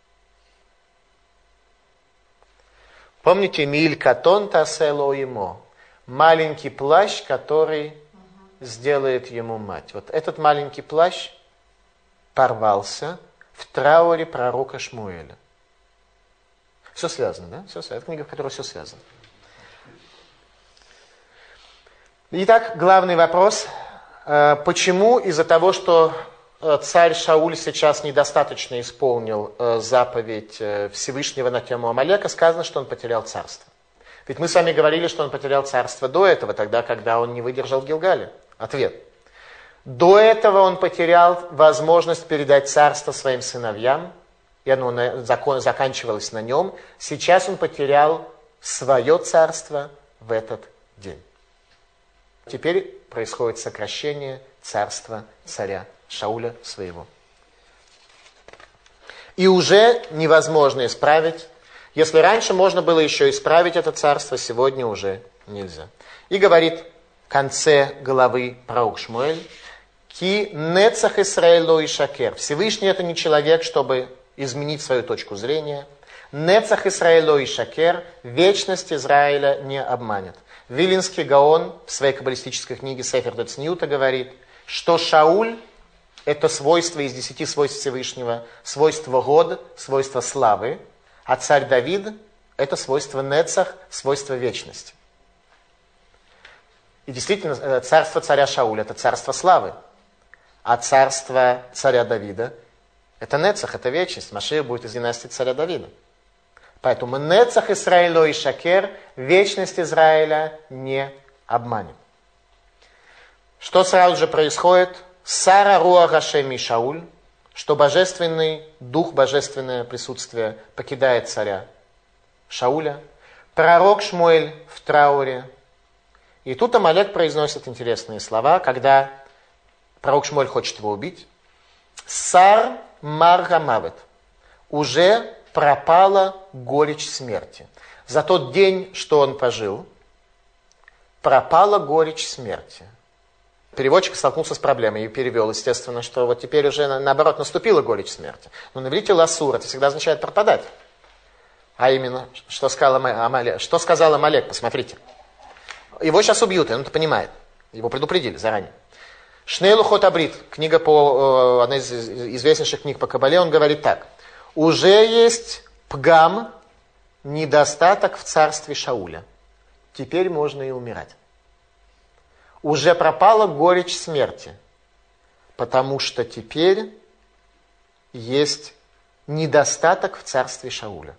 Помните, Миль Катон Тасело имо, маленький плащ, который сделает ему мать. Вот этот маленький плащ порвался в трауре пророка Шмуэля. Все связано, да? Все связано. Это книга, в которой все связано. Итак, главный вопрос. Почему из-за того, что царь Шауль сейчас недостаточно исполнил заповедь Всевышнего на тему Амалека, сказано, что он потерял царство? Ведь мы с вами говорили, что он потерял царство до этого, тогда, когда он не выдержал в Гилгале. Ответ. До этого он потерял возможность передать царство своим сыновьям, и оно заканчивалось на нем. Сейчас он потерял свое царство в этот день. Теперь происходит сокращение царства царя Шауля своего. И уже невозможно исправить. Если раньше можно было еще исправить это царство, сегодня уже нельзя. И говорит в конце главы пророк Шмуэль: «Ки нецах Исраэль ло ишакер». Всевышний это не человек, чтобы изменить свою точку зрения. Нецах Исраэль ло ишакер. Вечность Израиля не обманет. Вилинский Гаон в своей каббалистической книге Сефер Децниюта говорит, что Шауль – это свойство из десяти свойств Всевышнего, свойство год, свойство славы, а царь Давид – это свойство нецах, свойство вечности. И действительно, царство царя Шауля – это царство славы, а царство царя Давида – это нецах, это вечность. Машиах будет из династии царя Давида. Поэтому нецах Исраэль ло ишакер, вечность Израиля не обманет. Что сразу же происходит? Сара руах Ашем и Шауль, что божественный дух, божественное присутствие покидает царя Шауля. Пророк Шмуэль в трауре. И тут Амалек произносит интересные слова, когда пророк Шмуэль хочет его убить. Сар мар гамавет. Уже пропала горечь смерти. За тот день, что он пожил, пропала горечь смерти. Переводчик столкнулся с проблемой и перевел, естественно, что вот теперь уже наоборот наступила горечь смерти. Но на иврите ласур, это всегда означает пропадать. А именно, что сказал Амалек, что сказал Амалек, посмотрите. Его сейчас убьют, и он это понимает. Его предупредили заранее. Шней лухот абрит, книга по, одна из известнейших книг по Кабале, он говорит так. Уже есть пгам, недостаток в царстве Шауля. Теперь можно и умирать. Уже пропала горечь смерти, потому что теперь есть недостаток в царстве Шауля.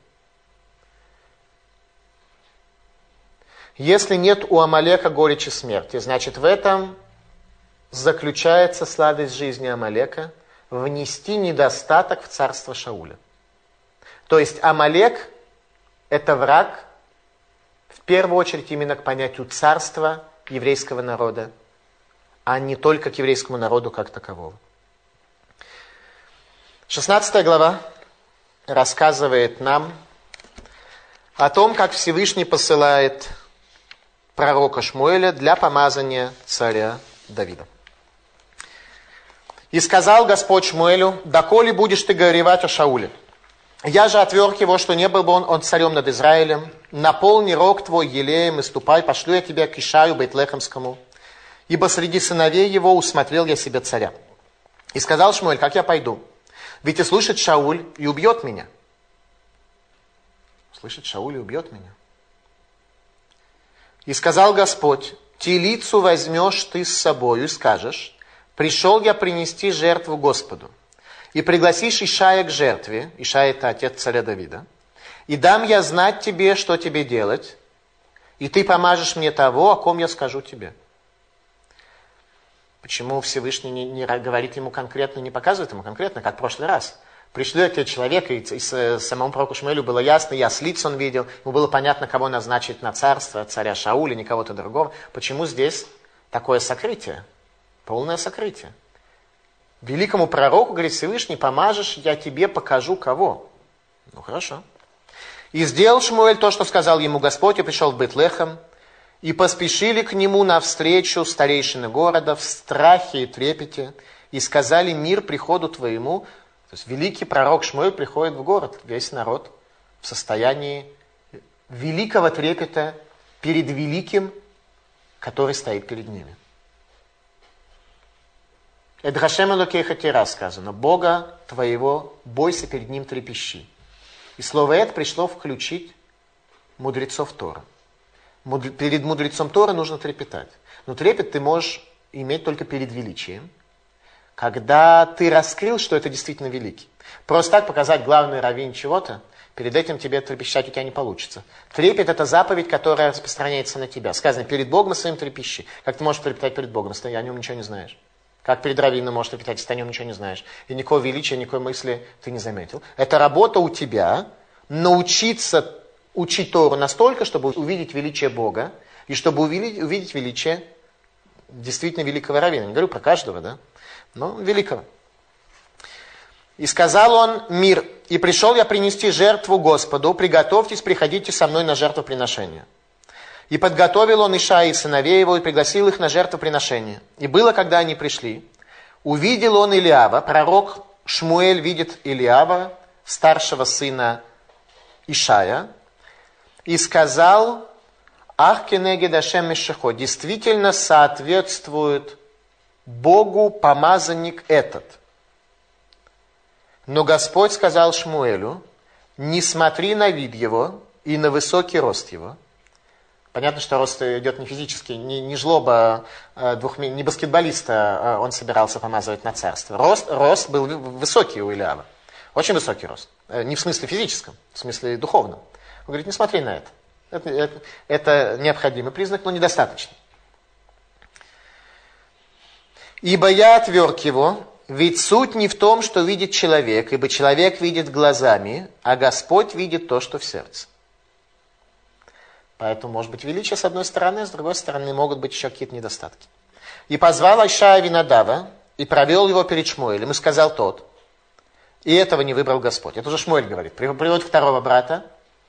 Если нет у Амалека горечи смерти, значит в этом заключается сладость жизни Амалека, внести недостаток в царство Шауля. То есть Амалек – это враг, в первую очередь именно к понятию царства еврейского народа, а не только к еврейскому народу как такового. шестнадцатая глава рассказывает нам о том, как Всевышний посылает пророка Шмуэля для помазания царя Давида. «И сказал Господь Шмуэлю, доколе будешь ты горевать о Шауле? Я же отверг его, что не был бы он, он царем над Израилем. Наполни рог твой елеем и ступай, пошлю я тебя к Ишаю Бейтлехемскому. Ибо среди сыновей его усмотрел я себе царя. И сказал Шмуэль, как я пойду? Ведь и слышит Шауль и убьет меня. Слышит, Шауль убьет меня. И сказал Господь: телицу возьмешь ты с собою и скажешь: пришел я принести жертву Господу. И пригласишь Ишая к жертве, Ишай это отец царя Давида, и дам я знать тебе, что тебе делать, и ты помажешь мне того, о ком я скажу тебе. Почему Всевышний не, не говорит ему конкретно, не показывает ему конкретно, как в прошлый раз? Пришлет человека, и, и с, самому пророку Шмуэлю было ясно, яслиц он видел, ему было понятно, кого назначить на царство, царя Шауля, не кого-то другого. Почему здесь такое сокрытие? Полное сокрытие. Великому пророку, говорит Всевышний: помажешь, я тебе покажу кого. Ну хорошо. И сделал Шмуэль то, что сказал ему Господь, и пришел в Бет-Лехем, и поспешили к нему навстречу старейшины города в страхе и трепете, и сказали: мир приходу твоему. То есть великий пророк Шмуэль приходит в город, весь народ в состоянии великого трепета перед великим, который стоит перед ними. Эдхашем Элокейха Тира сказано: Бога твоего бойся, перед ним трепещи. И слово это пришло включить мудрецов Торы. Перед мудрецом Торы нужно трепетать. Но трепет ты можешь иметь только перед величием, когда ты раскрыл, что это действительно великий. Просто так показать главный раввин чего-то, перед этим тебе трепещать у тебя не получится. Трепет — это заповедь, которая распространяется на тебя. Сказано: перед Богом своим трепещи. Как ты можешь трепетать перед Богом, если ты о нем ничего не знаешь? Как перед раввином можешь трепетать, если ты о нем ничего не знаешь? И никакого величия, никакой мысли ты не заметил. Это работа у тебя научиться учить Тору настолько, чтобы увидеть величие Бога, и чтобы увидеть, увидеть величие действительно великого раввина. Не говорю про каждого, да? Но великого. И сказал он: мир, и пришел я принести жертву Господу, приготовьтесь, приходите со мной на жертвоприношение. И подготовил он Ишая и сыновей его, и пригласил их на жертвоприношение. И было, когда они пришли, увидел он Илиава, пророк Шмуэль видит Илиава, старшего сына Ишая, и сказал: ах кенегед Ашем мешехо, действительно соответствует Богу помазанник этот. Но Господь сказал Шмуэлю: не смотри на вид его и на высокий рост его. Понятно, что рост идет не физически, не, не жлоба, двух, не баскетболиста он собирался помазывать на царство. Рост, рост был высокий у Илиава. Очень высокий рост. Не в смысле физическом, в смысле духовном. Он говорит: не смотри на это. Это, это, это необходимый признак, но недостаточно. Ибо я отверг его, ведь суть не в том, что видит человек, ибо человек видит глазами, а Господь видит то, что в сердце. Поэтому может быть величие с одной стороны, а с другой стороны могут быть еще какие-то недостатки. И позвал Ишая Винадава, и провел его перед Шмуэлем, и сказал тот: и этого не выбрал Господь. Это уже Шмуэль говорит. Приводит второго брата,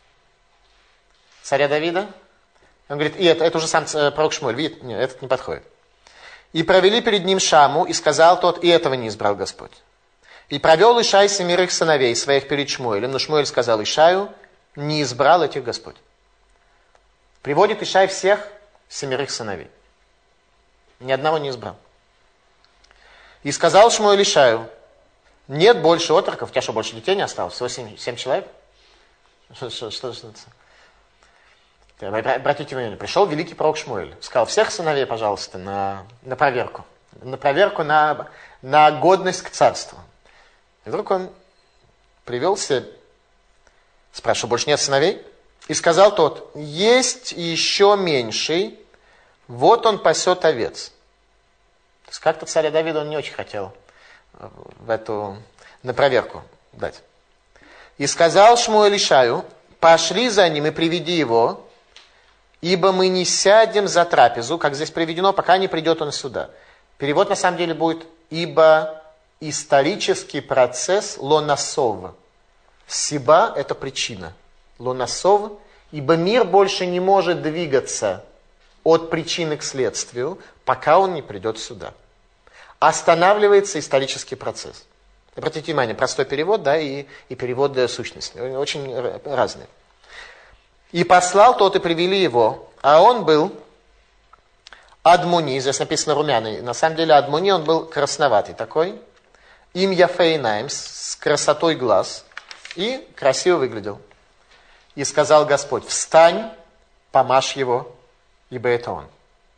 царя Давида. Он говорит: и это, это уже сам пророк Шмуэль. Видит? Нет, этот не подходит. И провели перед ним Шаму, и сказал тот: и этого не избрал Господь. И провел Ишай семерых сыновей своих перед Шмуэлем, но Шмуэль сказал Ишаю: не избрал этих Господь. Приводит Ишай всех семерых сыновей. Ни одного не избрал. И сказал Шмуэль Ишаю: нет больше отроков, у тебя что, больше детей не осталось? Всего семь, семь человек? Что, что, что, что это? Обратите внимание, пришел великий пророк Шмуэль, сказал: всех сыновей, пожалуйста, на, на проверку. На проверку, на, на годность к царству. И вдруг он привел все, спрашивал: больше нет сыновей? И сказал тот: есть еще меньший, вот он пасет овец. То есть как-то царя Давида он не очень хотел в эту, на проверку дать. И сказал Шмуэль Ишаю: пошли за ним и приведи его, ибо мы не сядем за трапезу, как здесь приведено, пока не придет он сюда. Перевод на самом деле будет: ибо исторический процесс лонасов. Сиба – это причина. Лонасов, ибо мир больше не может двигаться от причины к следствию, пока он не придет сюда. Останавливается исторический процесс. Обратите внимание, простой перевод, да, и, и перевод сущности. Очень разные. И послал тот, и привели его, а он был Адмуни, здесь написано румяный, на самом деле Адмуни, он был красноватый такой, им яфейнаем, с красотой глаз, и красиво выглядел. И сказал Господь: встань, помажь его, ибо это он.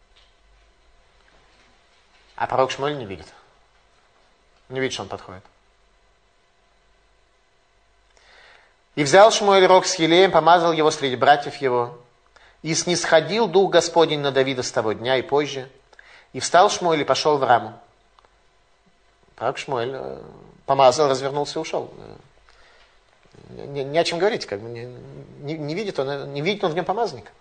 А пророк Шмуэль не видит. Не видит, что он подходит. И взял Шмуэль рог с елеем, помазал его среди братьев его, и снисходил Дух Господень на Давида с того дня и позже. И встал Шмуэль и пошел в Раму. Пророк Шмуэль помазал, развернулся и ушел. Не, не о чем говорить, как бы не, не, не видит он, не видит он в нем помазанника.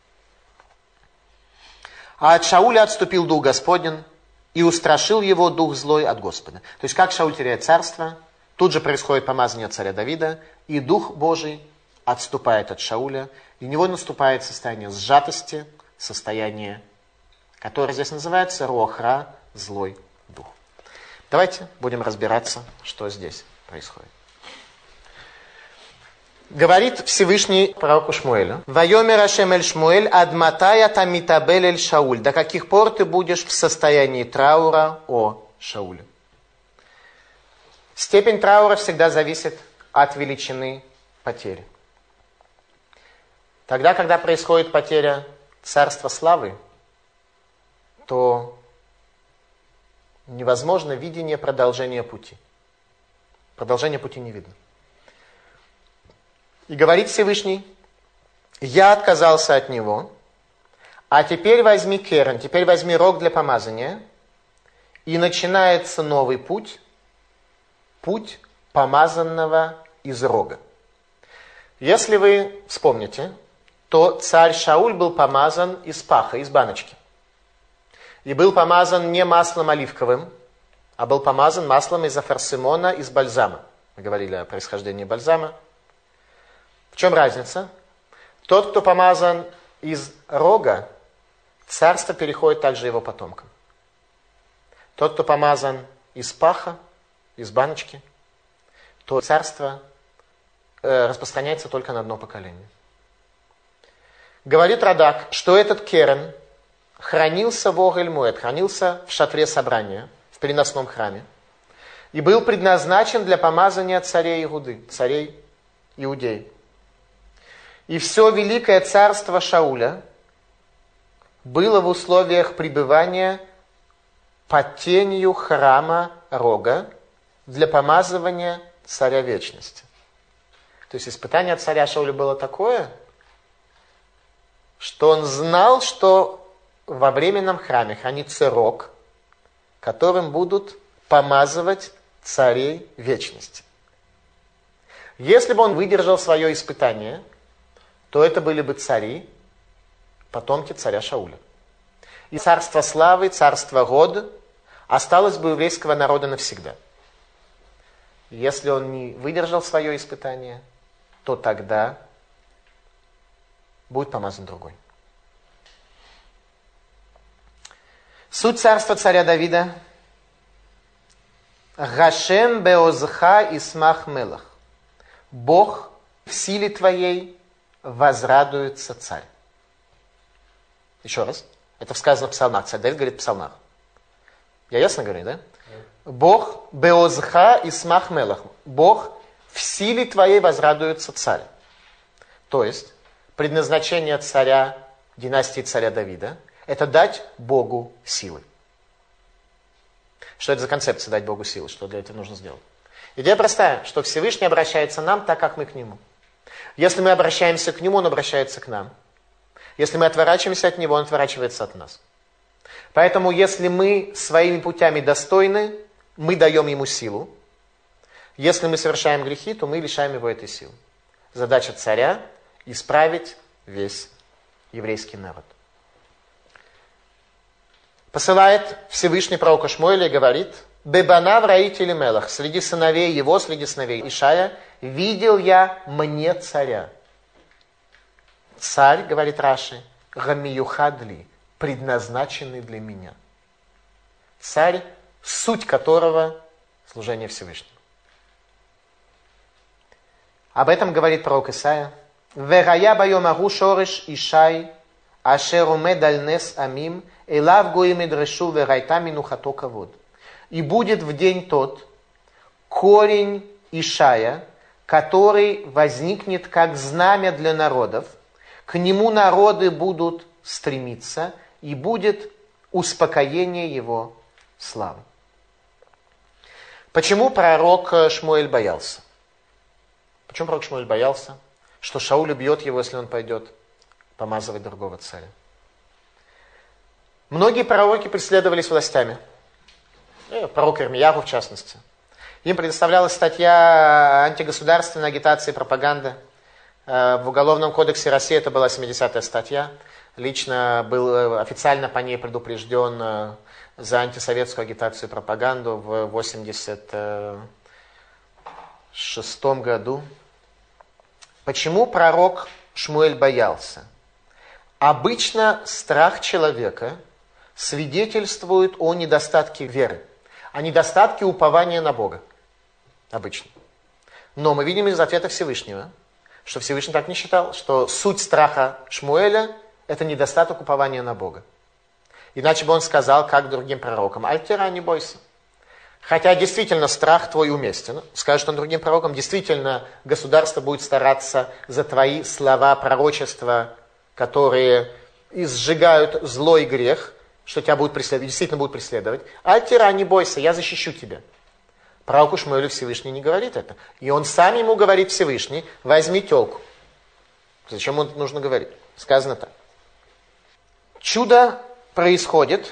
А от Шауля отступил Дух Господень, и устрашил его Дух злой от Господа. То есть, как Шауль теряет царство, тут же происходит помазание царя Давида, и Дух Божий отступает от Шауля, и у него наступает состояние сжатости, состояние, которое здесь называется рохра, злой дух. Давайте будем разбираться, что здесь происходит. Говорит Всевышний пророку Шмуэлю: «Вайомер Ашем эль Шмуэль, адматая тамитабель эль Шауль». До каких пор ты будешь в состоянии траура о Шауле? Степень траура всегда зависит от величины потери. Тогда, когда происходит потеря царства славы, то невозможно видение продолжения пути. Продолжение пути не видно. И говорит Всевышний: я отказался от него, а теперь возьми керен, теперь возьми рог для помазания, и начинается новый путь, путь помазанного из рога. Если вы вспомните, то царь Шауль был помазан из паха, из баночки. И был помазан не маслом оливковым, а был помазан маслом из афарсимона, из бальзама. Мы говорили о происхождении бальзама. В чем разница? Тот, кто помазан из рога, царство переходит также его потомкам. Тот, кто помазан из паха, из баночки, то царство э, распространяется только на одно поколение. Говорит Радак, что этот керен хранился в Огель-Моэд, хранился в шатре собрания, в переносном храме, и был предназначен для помазания царей Иуды, царей Иудеи. И все великое царство Шауля было в условиях пребывания под тенью храма рога для помазывания царя вечности. То есть испытание царя Шауля было такое, что он знал, что во временном храме хранится рог, которым будут помазывать царей вечности. Если бы он выдержал свое испытание, то это были бы цари, потомки царя Шауля. И царство славы, царство год осталось бы у еврейского народа навсегда. Если он не выдержал свое испытание, то тогда будет помазан другой. Суть царства царя Давида: Гашем беозха исмах мелах. Бог в силе твоей возрадуется царь. Еще раз. Это сказано в псалмах. Царь Давид говорит в псалмах. Я ясно говорю, да? Бог беозха исмах мелах. Бог в силе твоей возрадуется царь. То есть предназначение царя, династии царя Давида, это дать Богу силы. Что это за концепция дать Богу силы? Что для этого нужно сделать? Идея простая, что Всевышний обращается к нам так, как мы к Нему. Если мы обращаемся к Нему, Он обращается к нам. Если мы отворачиваемся от Него, Он отворачивается от нас. Поэтому, если мы своими путями достойны, мы даем Ему силу. Если мы совершаем грехи, то мы лишаем Его этой силы. Задача царя – исправить весь еврейский народ. Посылает Всевышний пророка Шмуэля и говорит: «Бебанав раители мелах». Среди сыновей его, среди сыновей Ишая, видел я мне царя. Царь, говорит Раши, гамиюхадли, предназначенный для меня. Царь, суть которого служение Всевышнему. Об этом говорит пророк Исаия. «Верая байом агу шореш Ишай, ашер умед аль нес амим, элав гоим идрешу верайта минухато кавод». И будет в день тот корень Ишая, который возникнет как знамя для народов. К нему народы будут стремиться, и будет успокоение его славы. Почему пророк Шмуэль боялся? Почему пророк Шмуэль боялся, что Шауль убьет его, если он пойдет помазывать другого царя? Многие пророки преследовались властями. Пророк Ирмияху, в частности. Им предоставлялась статья антигосударственной агитации и пропаганды. В Уголовном кодексе России это была семидесятая статья. Лично был официально по ней предупрежден за антисоветскую агитацию и пропаганду в восемьдесят шестом году. Почему пророк Шмуэль боялся? Обычно страх человека свидетельствует о недостатке веры, о недостатке упования на Бога. Обычно. Но мы видим из ответа Всевышнего, что Всевышний так не считал, что суть страха Шмуэля – это недостаток упования на Бога. Иначе бы он сказал, как другим пророкам: «Альтера, не бойся». Хотя действительно страх твой уместен. Скажет он другим пророкам: действительно государство будет стараться за твои слова пророчества, которые изжигают зло и грех, что тебя будут преследовать, действительно будут преследовать. «Альтера, не бойся, я защищу тебя». Пророку Шмуэлю Всевышний не говорит это. И он сам ему говорит, Всевышний: возьми телку. Зачем ему это нужно говорить? Сказано так. Чудо происходит,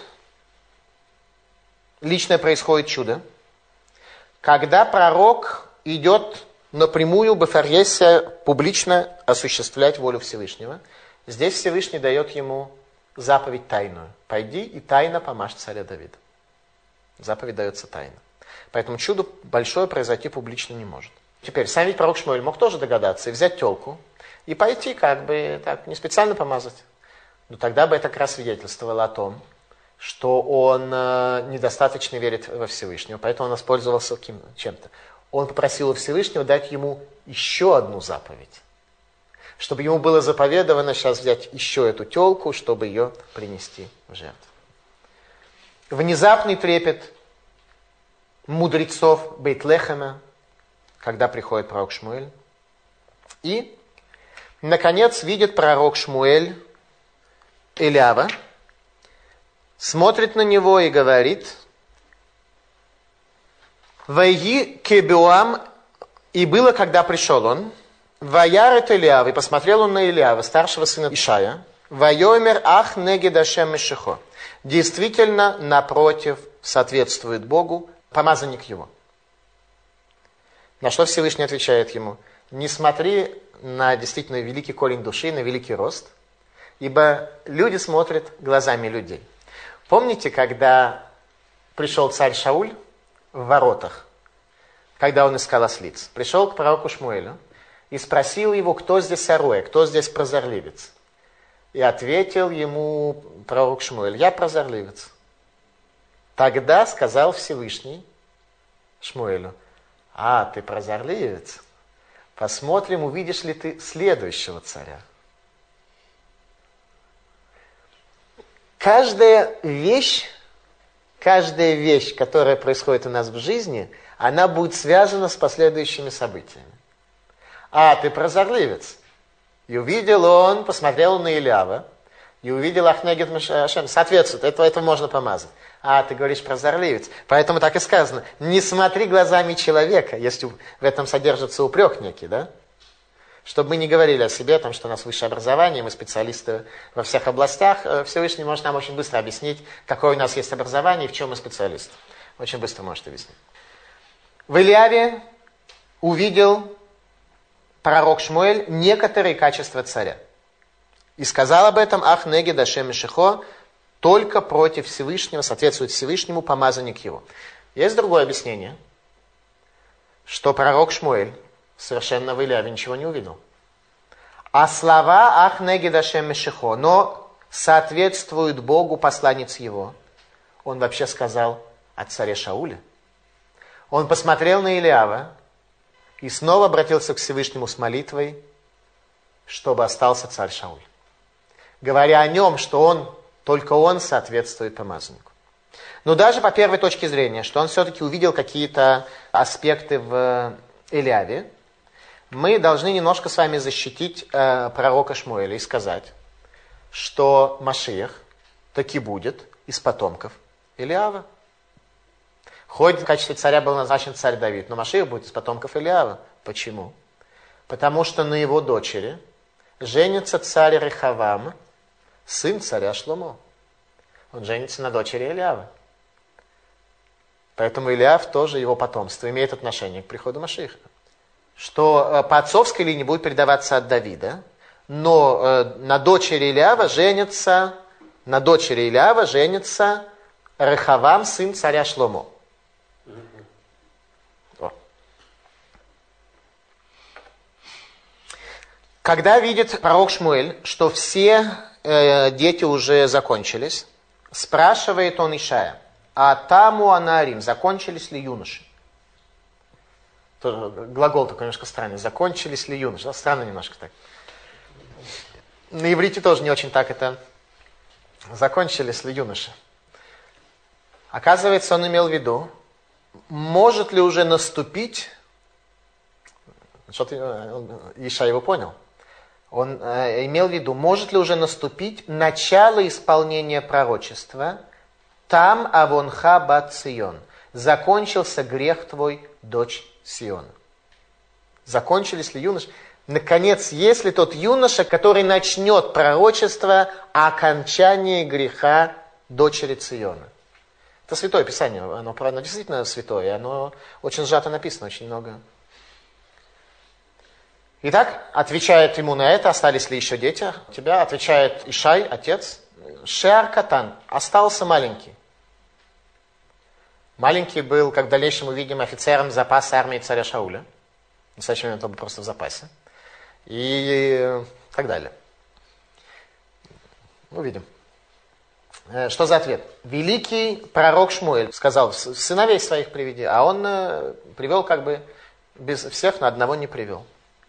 личное происходит чудо, когда пророк идет напрямую бефарьесе публично осуществлять волю Всевышнего. Здесь Всевышний дает ему заповедь тайную. Пойди и тайно помажь царя Давида. Заповедь дается тайно. Поэтому чудо большое произойти публично не может. Теперь, сам ведь пророк Шмуэль мог тоже догадаться и взять телку, и пойти как бы так, не специально помазать. Но тогда бы это как раз свидетельствовало о том, что он э, недостаточно верит во Всевышнего, поэтому он воспользовался чем-то. Он попросил у Всевышнего дать ему еще одну заповедь, чтобы ему было заповедовано сейчас взять еще эту телку, чтобы ее принести в жертву. Внезапный трепет мудрецов Бейт-Лехема, когда приходит пророк Шмуэль. И, наконец, видит пророк Шмуэль Элиава, смотрит на него и говорит: «Вайги кебюам», и было, когда пришел он, «Ваярет Элиав», и посмотрел он на Элиава, старшего сына Ишая, «Вайомер ах негед Ашем мешехо», действительно, напротив, соответствует Богу, помазанник его. На что Всевышний отвечает ему: не смотри на действительно великий корень души, на великий рост, ибо люди смотрят глазами людей. Помните, когда пришел царь Шауль в воротах, когда он искал ослиц, пришел к пророку Шмуэлю и спросил его, кто здесь аруэ, кто здесь прозорливец. И ответил ему пророк Шмуэль: я прозорливец. Тогда сказал Всевышний Шмуэлю: а, ты прозорливец? Посмотрим, увидишь ли ты следующего царя. Каждая вещь, каждая вещь, которая происходит у нас в жизни, она будет связана с последующими событиями. А, ты прозорливец. И увидел он, посмотрел на Илиава, и увидел Ахнегет Ашем. Соответствует, этого, этого можно помазать. А, ты говоришь прозорливец. Поэтому так и сказано: не смотри глазами человека, если в этом содержится упрек некий, да? Чтобы мы не говорили о себе, там, что у нас высшее образование, мы специалисты во всех областях. Всевышний может нам очень быстро объяснить, какое у нас есть образование и в чем мы специалисты. Очень быстро может объяснить. В Илиаве увидел пророк Шмуэль некоторые качества царя. И сказал об этом: ах негед Ашем мешехо, только против Всевышнего, соответствует Всевышнему помазанник его. Есть другое объяснение, что пророк Шмуэль совершенно в Илиаве ничего не увидел. А слова «Ах негед Ашем мешехо», но соответствуют Богу посланец его, он вообще сказал о царе Шауле. Он посмотрел на Илиава и снова обратился к Всевышнему с молитвой, чтобы остался царь Шауль, говоря о нем, что он, только он соответствует помазаннику. Но даже по первой точке зрения, что он все-таки увидел какие-то аспекты в Илиаве, мы должны немножко с вами защитить э, пророка Шмуэля и сказать, что Машиах таки будет из потомков Илиава. Хоть в качестве царя был назначен царь Давид, но Машиах будет из потомков Илиава. Почему? Потому что на его дочери женится царь Рехавам, сын царя Шломо. Он женится на дочери Илиава. Поэтому Илиав тоже, его потомство, имеет отношение к приходу Машиаха. Что по отцовской линии будет передаваться от Давида, но э, на дочери Илиава женится, на дочери Илиава женится Рехавам, сын царя Шломо. О. Когда видит пророк Шмуэль, что все э, дети уже закончились, спрашивает он Ишая: а таму анарим, закончились ли юноши? Тоже глагол такой немножко странный. Закончились ли юноши? Странно немножко так. На иврите тоже не очень так это. Закончились ли юноши? Оказывается, он имел в виду, может ли уже наступить, что-то Иша его понял, он э, имел в виду, может ли уже наступить начало исполнения пророчества «Там авонха бат Сион», закончился грех твой, дочь Сиона. Закончились ли юноши? Наконец, есть ли тот юноша, который начнет пророчество о окончании греха дочери Циона? Это Святое Писание, оно, оно действительно святое, оно очень сжато написано, очень много. Итак, отвечает ему на это, остались ли еще дети? У тебя отвечает Ишай, отец, Шеар Катан, остался маленький. Маленький был, как в дальнейшем увидим, офицером запаса армии царя Шауля. В настоящий момент он был просто в запасе. И так далее. Увидим. Что за ответ? Великий пророк Шмуэль сказал: сыновей своих приведи. А он привел как бы без всех, но одного не привел.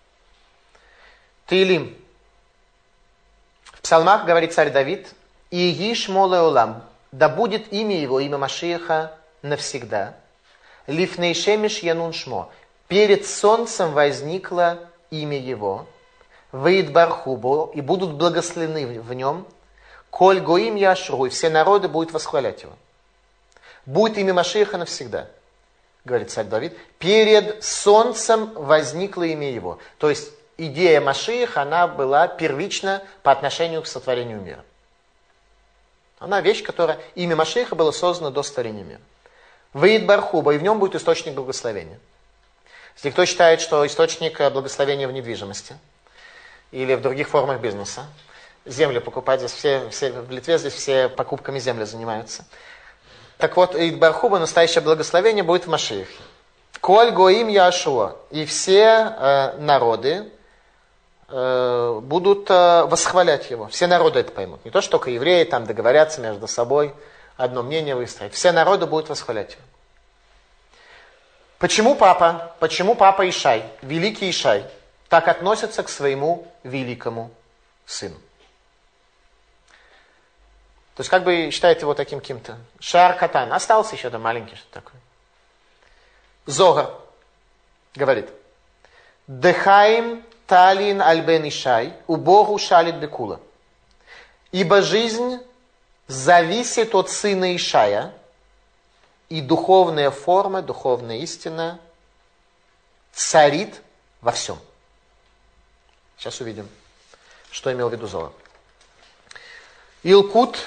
Теилим. В псалмах говорит царь Давид: «Ии шмо леолам», да будет имя его, имя Машиаха, навсегда. Лифней шемеш янун шмо, перед солнцем возникло имя его. Выид бархубо, и будут благословены в нем. Коль гоим яшру, и все народы будут восхвалять его. Будет имя Машиаха навсегда, говорит царь Давид. Перед солнцем возникло имя его. То есть идея Машиаха, она была первична по отношению к сотворению мира. Она вещь, которая, имя Машиаха было создано до сотворения мира. Выид бархуба, и в нем будет источник благословения. Если кто считает, что источник благословения в недвижимости или в других формах бизнеса, землю покупать, здесь все, все, в Литве здесь все покупками земли занимаются. Так вот, Выид бархуба, настоящее благословение будет в Машиахе. Коль гоим яшуа, и все э, народы э, будут э, восхвалять его. Все народы это поймут. Не то, что только евреи там договорятся между собой, одно мнение выстроить. Все народы будут восхвалять его. Почему папа, почему папа Ишай, великий Ишай, так относится к своему великому сыну? То есть как бы считает его таким кем-то. Шар Катан, остался еще да маленький, что такое. Зогар говорит: Дехаим талин альбен Ишай, убогу шалит бекула. Ибо жизнь зависит от сына Ишая, и духовная форма, духовная истина царит во всем. Сейчас увидим, что имел в виду Зоар. Илкут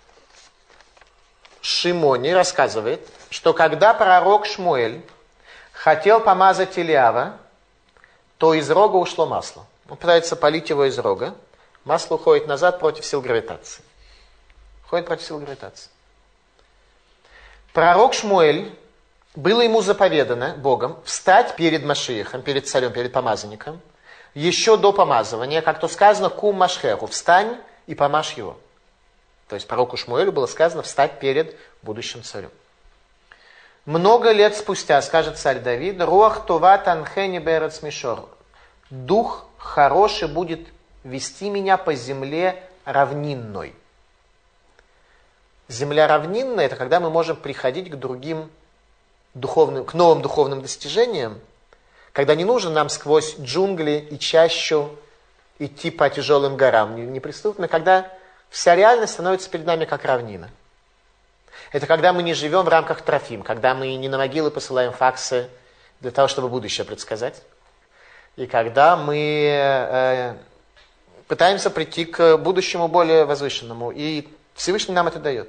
Шимони рассказывает, что когда пророк Шмуэль хотел помазать Илиава, то из рога ушло масло. Он пытается полить его из рога. Масло уходит назад против сил гравитации. Уходит против сил гравитации. Пророк Шмуэль, было ему заповедано Богом встать перед Машиахом, перед царем, перед помазанником, еще до помазывания, как то сказано, кум машхеру, встань и помажь его. То есть пророку Шмуэлю было сказано встать перед будущим царем. Много лет спустя, скажет царь Давид, руах това танхени берец мишор, дух хороший будет вести меня по земле равнинной. Земля равнинная — это когда мы можем приходить к другим духовным, к новым духовным достижениям, Когда не нужно нам сквозь джунгли и чащу идти по тяжелым горам неприступно, когда вся реальность становится перед нами как равнина. Это когда мы не живем в рамках трофим, когда мы не на могилы посылаем факсы для того, чтобы будущее предсказать, и когда мы э, пытаемся прийти к будущему более возвышенному, и Всевышний нам это дает.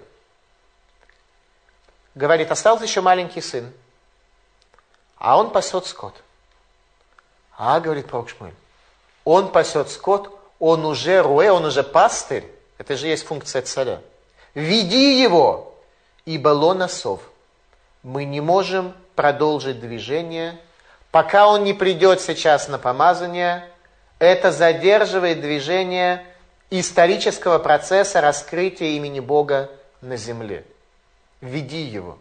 Говорит, остался еще маленький сын, а он пасет скот. А, говорит пророк Шмуэль, он пасет скот, он уже руэ, он уже пастырь, это же есть функция царя. Веди его, ибо лон осов. Мы не можем продолжить движение, пока он не придет сейчас на помазание. Это задерживает движение исторического процесса раскрытия имени Бога на земле. Веди его.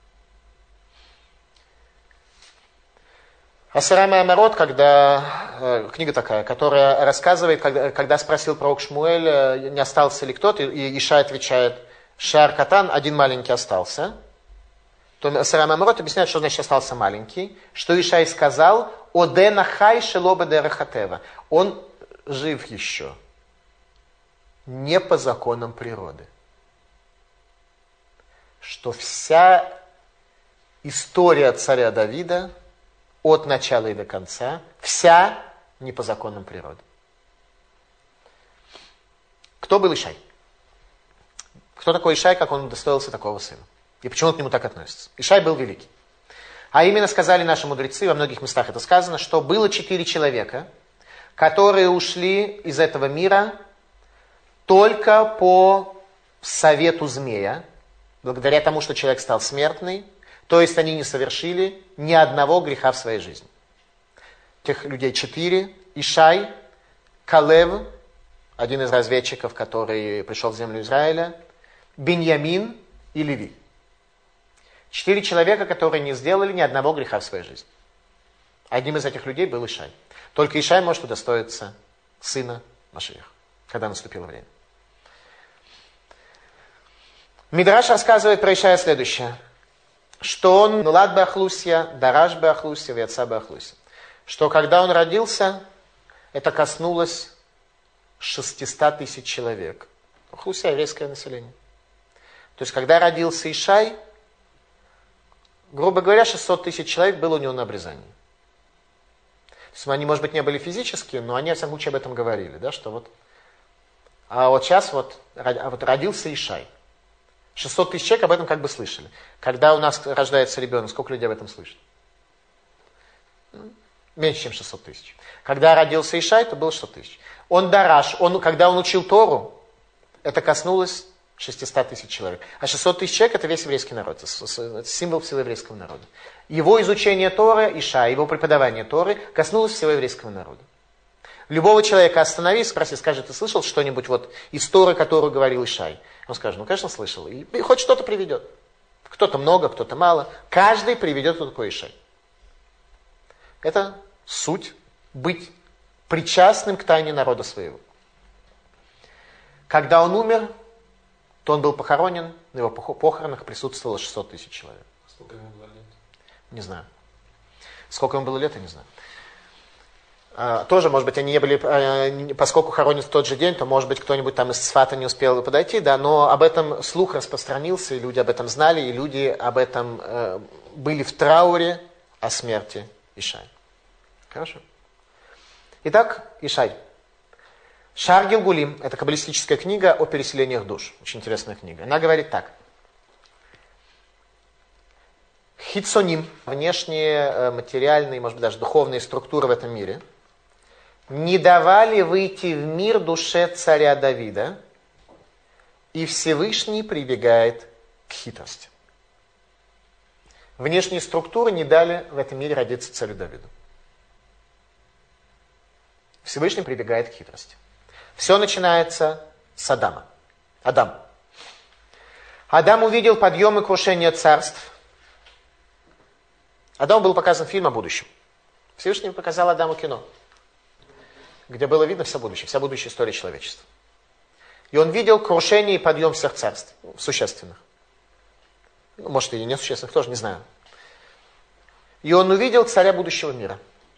Асара Меамарот, когда, э, книга такая, которая рассказывает, когда, когда спросил пророк Шмуэль, э, не остался ли кто-то, и Ишай отвечает, Шар Катан, один маленький остался. То Асара Меамарот объясняет, что значит остался маленький, что Ишай сказал, Одена хай шелоба дерахатева. Он жив еще, не по законам природы. Что вся история царя Давида от начала и до конца, вся не по законам природы. Кто был Ишай? Кто такой Ишай, как он удостоился такого сына? И почему он к нему так относится? Ишай был великий. А именно сказали наши мудрецы, во многих местах это сказано, что было четыре человека, которые ушли из этого мира только по совету змея, благодаря тому, что человек стал смертный, то есть они не совершили ни одного греха в своей жизни. Тех людей четыре. Ишай, Калев, один из разведчиков, который пришел в землю Израиля, Беньямин и Леви. Четыре человека, которые не сделали ни одного греха в своей жизни. Одним из этих людей был Ишай. Только Ишай может удостоиться сына Машиаха, когда наступило время. Мидраш рассказывает про Ишая следующее, что он нулад беахлусья, дараш беахлусья, вяца беахлусья. Что когда он родился, это коснулось шестисот тысяч человек. Ахлусья — еврейское население. То есть, когда родился Ишай, грубо говоря, шестьсот тысяч человек было у него на обрезании. То есть, они, может быть, не были физические, но они, во всяком случае, об этом говорили, да, что вот... А вот сейчас вот, вот родился Ишай. шестьсот тысяч человек об этом как бы слышали. Когда у нас рождается ребенок, сколько людей об этом слышит? Меньше, чем шестьсот тысяч. Когда родился Ишай, то было шестьсот тысяч. Он дараш, он, когда он учил Тору, это коснулось шестисот тысяч человек. А шестьсот тысяч человек — это весь еврейский народ, это символ всего еврейского народа. Его изучение Торы, Ишай, его преподавание Торы коснулось всего еврейского народа. Любого человека останови, спроси, скажи, ты слышал что-нибудь вот из Торы, которую говорил Ишай? Он скажет, ну, конечно, слышал. И, и хоть что-то приведет. Кто-то много, кто-то мало. Каждый приведет, кто такой Ишай. Это суть быть причастным к тайне народа своего. Когда он умер, то он был похоронен, на его похоронах присутствовало шестьсот тысяч человек. Сколько ему было лет? Не знаю. Сколько ему было лет, я не знаю. А, тоже, может быть, они не были, а, поскольку хоронят в тот же день, то, может быть, кто-нибудь там из Сфата не успел подойти, да, но об этом слух распространился, и люди об этом знали, и люди об этом э, были в трауре о смерти Ишая. Хорошо. Итак, Ишай. Шар Гилгулим – это каббалистическая книга о переселениях душ. Очень интересная книга. Она говорит так. Хитсоним, внешние материальные, может быть, даже духовные структуры в этом мире, не давали выйти в мир душе царя Давида, и Всевышний прибегает к хитрости. Внешние структуры не дали в этом мире родиться царю Давиду. Всевышний прибегает к хитрости. Все начинается с Адама. Адам. Адам увидел подъем и крушение царств. Адаму был показан фильм о будущем. Всевышний показал Адаму кино, где было видно все будущее, вся будущая история человечества. И он видел крушение и подъем всех царств, существенных. Ну, может, и несущественных, тоже не знаю. И он увидел царя будущего мира.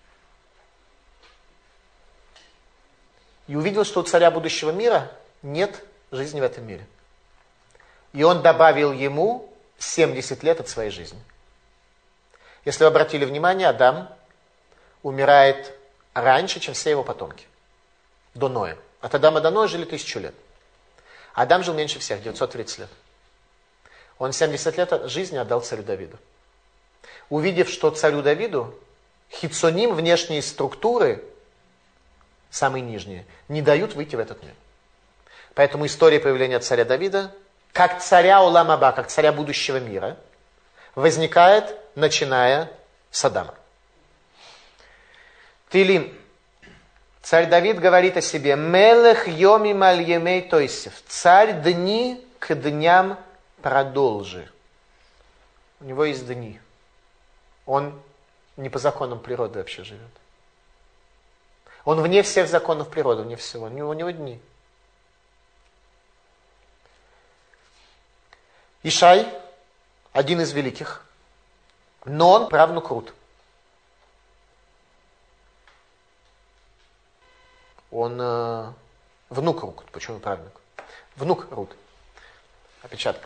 и увидел, что у царя будущего мира нет жизни в этом мире. И он добавил ему семьдесят лет от своей жизни. Если вы обратили внимание, Адам умирает раньше, чем все его потомки. До Ноя. От Адама до Ноя жили тысячу лет. Адам жил меньше всех, девятьсот тридцать лет. Он семьдесят лет жизни отдал царю Давиду. Увидев, что царю Давиду хитсоним, внешние структуры, самые нижние, не дают выйти в этот мир. Поэтому история появления царя Давида, как царя Олам Аба, как царя будущего мира, возникает, начиная с Адама. Тилим. Царь Давид говорит о себе: «Мелех йомим аль емей тойсев». Царь дни к дням продолжи. У него есть дни. Он не по законам природы вообще живет. Он вне всех законов природы, вне всего. У него, у него дни. Ишай, один из великих, но он правнук Рут. Он э, внук Рут. Почему правнук? Внук Рут. Опечатка.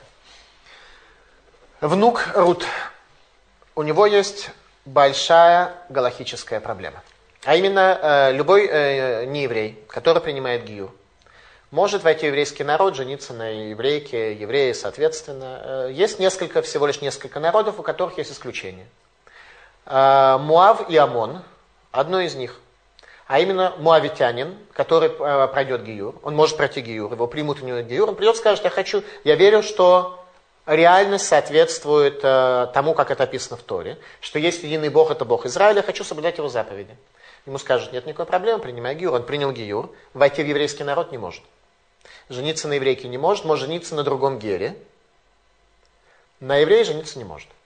Внук Рут. У него есть большая галахическая проблема. А именно, э, любой э, нееврей, который принимает гиюр, может войти в еврейский народ, жениться на еврейке, евреи, соответственно. Э, есть несколько, всего лишь несколько народов, у которых есть исключения. Э, Муав и Амон, одно из них. А именно муавитянин, который э, пройдет гиюр, он может пройти гиюр, его примут у него гиюр, он придет и скажет: я хочу, я верю, что реальность соответствует э, тому, как это описано в Торе, что есть единый Бог, это Бог Израиля, я хочу соблюдать его заповеди. Ему скажут: нет никакой проблемы, принимай гиюр. Он принял гиюр, войти в еврейский народ не может. Жениться на еврейке не может, может жениться на другом гере. На евреи жениться не может.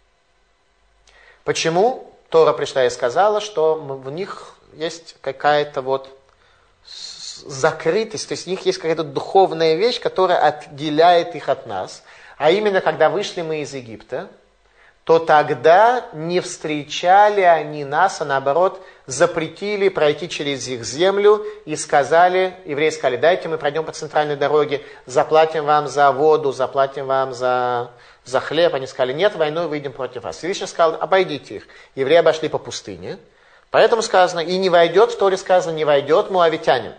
Почему? Тора пришла и сказала, что в них есть какая-то вот закрытость, то есть у них есть какая-то духовная вещь, которая отделяет их от нас. А именно, когда вышли мы из Египта, то тогда не встречали они нас, а наоборот запретили пройти через их землю и сказали, евреи сказали: дайте мы пройдем по центральной дороге, заплатим вам за воду, заплатим вам за, за хлеб. Они сказали: нет, войной выйдем против вас. Всевышний сказал: обойдите их. Евреи обошли по пустыне. Поэтому сказано: и не войдет, в Торе сказано, не войдет муавитянин.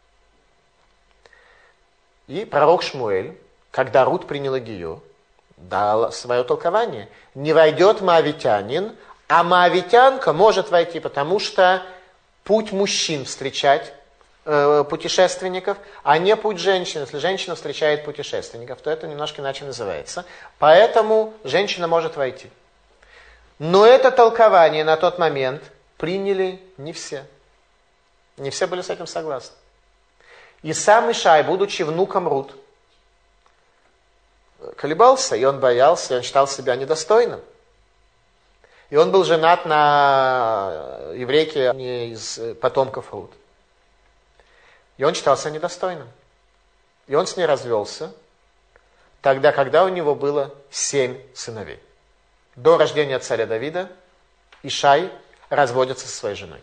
И пророк Шмуэль, когда Рут приняла гиюр, дал свое толкование. Не войдет моавитянин, а моавитянка может войти, потому что путь мужчин встречать э, путешественников, а не путь женщин. Если женщина встречает путешественников, то это немножко иначе называется. Поэтому женщина может войти. Но это толкование на тот момент приняли не все. Не все были с этим согласны. И сам Ишай, будучи внуком Рут, колебался, и он боялся, и он считал себя недостойным. И он был женат на еврейке не из потомков Рут. И он считал себя недостойным. И он с ней развелся, тогда, когда у него было семь сыновей. До рождения царя Давида Ишай разводится со своей женой.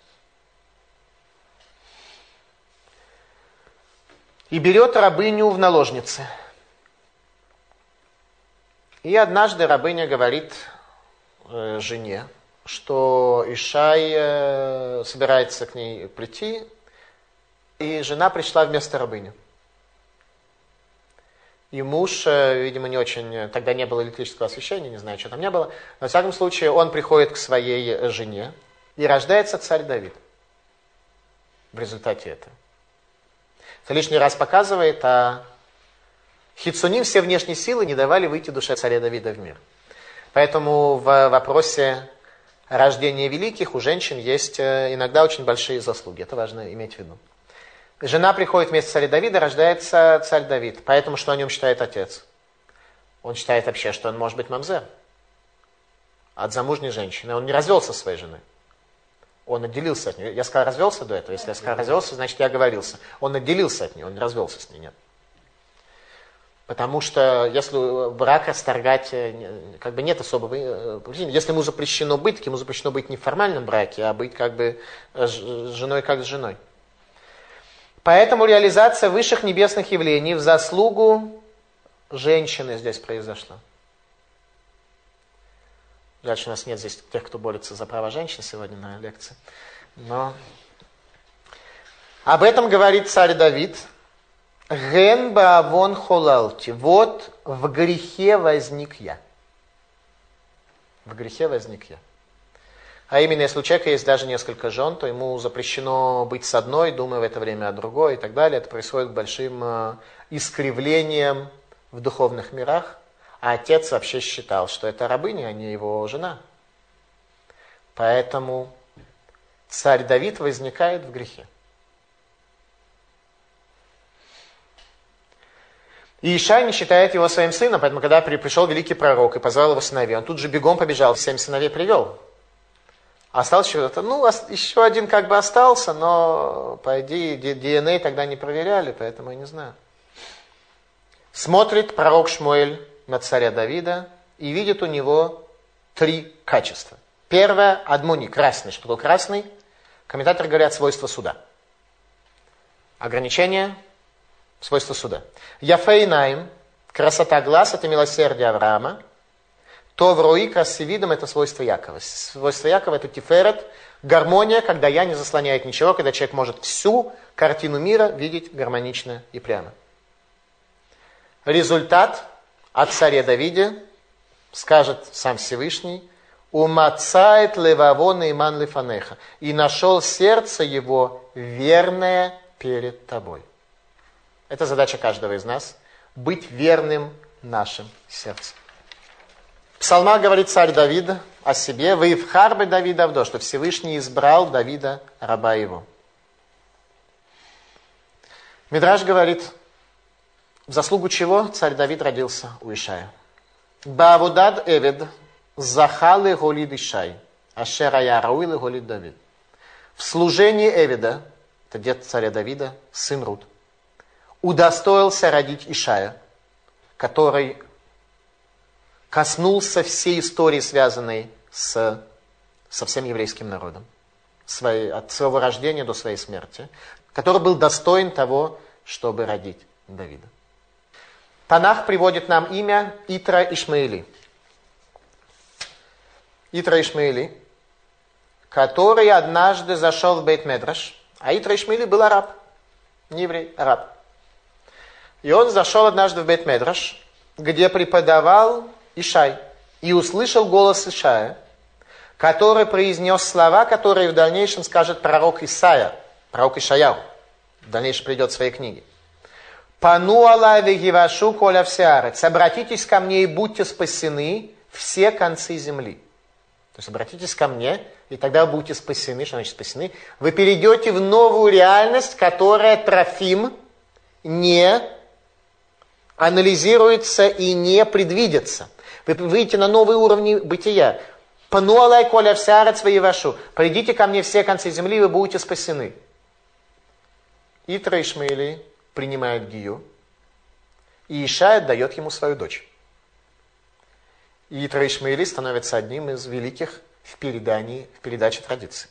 И берет рабыню в наложницы. И однажды рабыня говорит э, жене, что Ишай э, собирается к ней прийти, и жена пришла вместо рабыни. И муж, э, видимо, не очень, тогда не было электрического освещения, не знаю, что там не было, но, во всяком случае, он приходит к своей жене, и рождается царь Давид в результате этого. Это лишний раз показывает, а хитсуним, все внешние силы, не давали выйти душе царя Давида в мир. Поэтому в вопросе рождения великих у женщин есть иногда очень большие заслуги. Это важно иметь в виду. Жена приходит вместе с царем Давида, рождается царь Давид. Поэтому что о нем считает отец? Он считает вообще, что он может быть мамзер от замужней женщины. Он не развелся со своей женой. Он отделился от нее. Я сказал, развелся до этого. Если я сказал, развелся, значит, я оговорился. Он отделился от нее, он не развелся с ней, нет. Потому что если брак расторгать, как бы нет особого... Если ему запрещено быть, так ему запрещено быть не в формальном браке, а быть как бы женой как с женой. Поэтому реализация высших небесных явлений в заслугу женщины здесь произошла. Жаль, что у нас нет здесь тех, кто борется за права женщин сегодня на лекции. Но об этом говорит царь Давид. «Ген баавон холалти». Вот в грехе возник я. В грехе возник я. А именно, если у человека есть даже несколько жен, то ему запрещено быть с одной, думая в это время о другой и так далее. Это происходит к большим искривлениям в духовных мирах. А отец вообще считал, что это рабыня, а не его жена. Поэтому царь Давид возникает в грехе. И Ишай не считает его своим сыном, поэтому когда пришел великий пророк и позвал его сыновей, он тут же бегом побежал, семь сыновей привел. Остался еще, ну, еще один как бы остался, но, по идее, ди эн эй тогда не проверяли, поэтому я не знаю. Смотрит пророк Шмуэль на царя Давида и видит у него три качества. Первое, адмуни, красный. Что такое красный? Комментаторы говорят, свойство суда. Ограничение, свойство суда. Яфейнаим, красота глаз, это милосердие Авраама. Товруи, красивидом, это свойство Якова. Свойство Якова это тиферет, гармония, когда я не заслоняет ничего, когда человек может всю картину мира видеть гармонично и прямо. Результат о царе Давиде скажет сам Всевышний: «Умацает левавон иман лифанеха», и нашел сердце его верное перед тобой. Это задача каждого из нас, быть верным нашим сердцем. В псалмах говорит царь Давид о себе: «Ваивхар бы Давида авдо», что Всевышний избрал Давида, раба его. Мидраш говорит, в заслугу чего царь Давид родился у Ишая. «Баавудад эвед захалы голид Ишай, ашер ая рауил голид Давид». В служении Эведа, это дед царя Давида, сын Рут, удостоился родить Ишая, который коснулся всей истории, связанной с, со всем еврейским народом, своей, от своего рождения до своей смерти, который был достоин того, чтобы родить Давида. Танах приводит нам имя Итра Ишмаэли. Итра Ишмаэли, который однажды зашел в Бейт-Медраш, а Итра Ишмаэли был араб, не еврей, араб. И он зашел однажды в Бейт-Медраш, где преподавал Ишай, и услышал голос Ишая, который произнес слова, которые в дальнейшем скажет пророк Исаия, пророк Ишаяу, в дальнейшем придет в своей книге. «Пану алай гивашу коля всеарец», обратитесь ко мне и будьте спасены все концы земли. То есть обратитесь ко мне, и тогда вы будете спасены. Что значит спасены? Вы перейдете в новую реальность, которая трофим не анализируется и не предвидится. Вы выйдете на новые уровни бытия. «Пану алай коля всеарец воевашу», придите ко мне все концы земли, и вы будете спасены. Итра Ишмаэли принимает Гию, и Ишай дает ему свою дочь. И Итра Ишмаэли становится одним из великих в передании, в передаче традиций.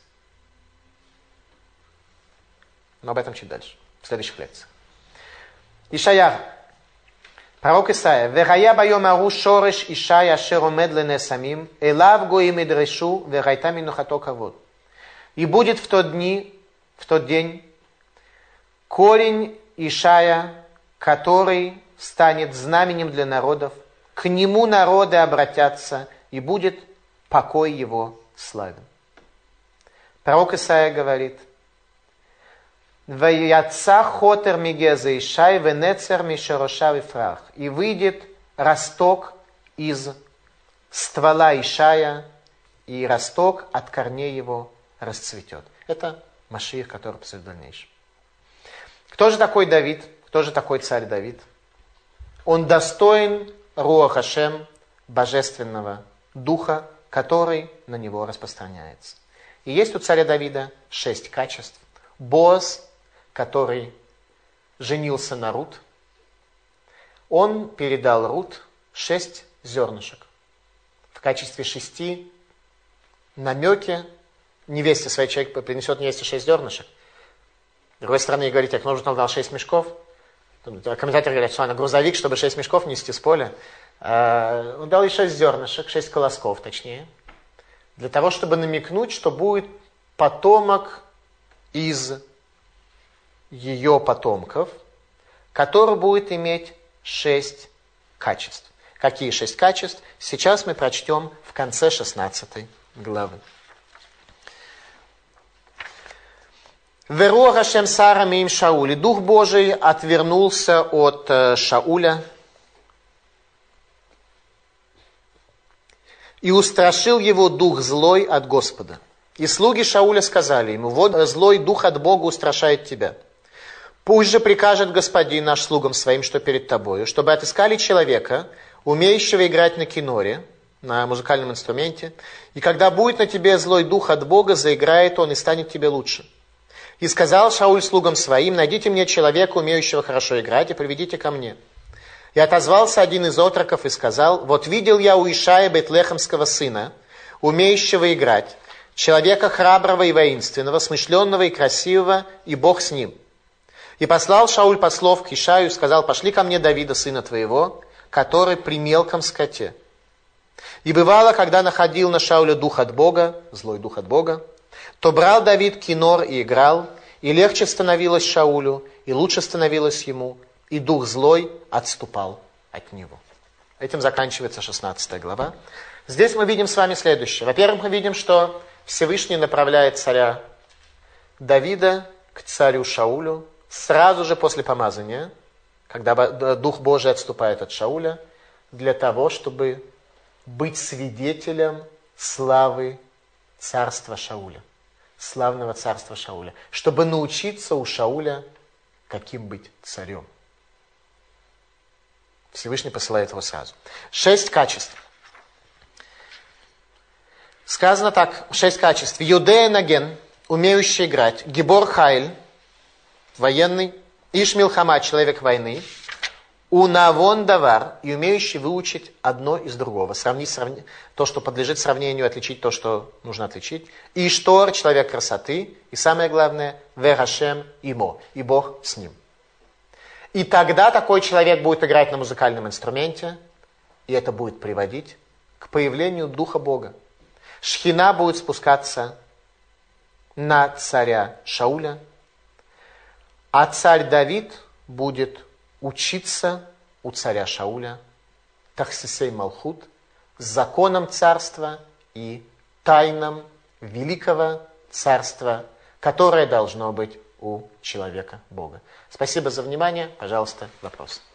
Но об этом чуть дальше, в следующих лекциях. Ишая, пророк Исаия: «Вехая байом ару шореш Ишая ашер омед ленесамим, элав гоим идрешу, вехайта минухато кавод». И будет в тот дни, в тот день, корень Ишая, который станет знаменем для народов, к нему народы обратятся, и будет покой его славен. Пророк Исаия говорит: «Ваяца хотер мигеза Ишай, венецер мишороша вифрах». И выйдет росток из ствола Ишая, и росток от корней его расцветет. Это Машиах, который придет в дальнейшем. Кто же такой Давид? Кто же такой царь Давид? Он достоин Руах Ашем, божественного духа, который на него распространяется. И есть у царя Давида шесть качеств. Бооз, который женился на Рут, он передал Рут шесть зернышек. В качестве шести намеки невесте своей человек принесет невесте шесть зернышек. С другой стороны, говорите, как нужно дал шесть мешков. Комментаторы говорят, что на грузовик, чтобы шесть мешков нести с поля. Он дал ей шесть зернышек, шесть колосков точнее, для того, чтобы намекнуть, что будет потомок из ее потомков, который будет иметь шесть качеств. Какие шесть качеств? Сейчас мы прочтем в конце шестнадцатой главы. Веруа Хашем Сара миим Шаули. Дух Божий отвернулся от э, Шауля и устрашил его дух злой от Господа. И слуги Шауля сказали ему: вот злой дух от Бога устрашает тебя. Пусть же прикажет Господин наш слугам своим, что перед тобою, чтобы отыскали человека, умеющего играть на киноре, на музыкальном инструменте, и когда будет на тебе злой дух от Бога, заиграет он и станет тебе лучше. И сказал Шауль слугам своим: найдите мне человека, умеющего хорошо играть, и приведите ко мне. И отозвался один из отроков и сказал: вот видел я у Ишая Бейтлехемского сына, умеющего играть, человека храброго и воинственного, смышленного и красивого, и Бог с ним. И послал Шауль послов к Ишаю и сказал: пошли ко мне Давида, сына твоего, который при мелком скоте. И бывало, когда находил на Шауля дух от Бога, злой дух от Бога, то брал Давид кинор и играл, и легче становилось Шаулю, и лучше становилось ему, и дух злой отступал от него. Этим заканчивается шестнадцатая глава. Здесь мы видим с вами следующее. Во-первых, мы видим, что Всевышний направляет царя Давида к царю Шаулю сразу же после помазания, когда Дух Божий отступает от Шауля, для того, чтобы быть свидетелем славы царства Шауля, славного царства Шауля, чтобы научиться у Шауля, каким быть царем. Всевышний посылает его сразу. Шесть качеств. Сказано так, шесть качеств. Юдея Наген, умеющий играть. Гибор Хайль, военный. Ишмил Хама, человек войны. Унавон Давар, и умеющий выучить одно из другого. Сравнить, сравни, то, что подлежит сравнению, отличить то, что нужно отличить. Иштор, человек красоты. И самое главное, Верашем Имо, и Бог с ним. И тогда такой человек будет играть на музыкальном инструменте, и это будет приводить к появлению Духа Бога. Шхина будет спускаться на царя Шауля, а царь Давид будет учиться у царя Шауля Тахсисей Малхут, законам царства и тайнам великого царства, которое должно быть у человека Бога. Спасибо за внимание. Пожалуйста, вопрос.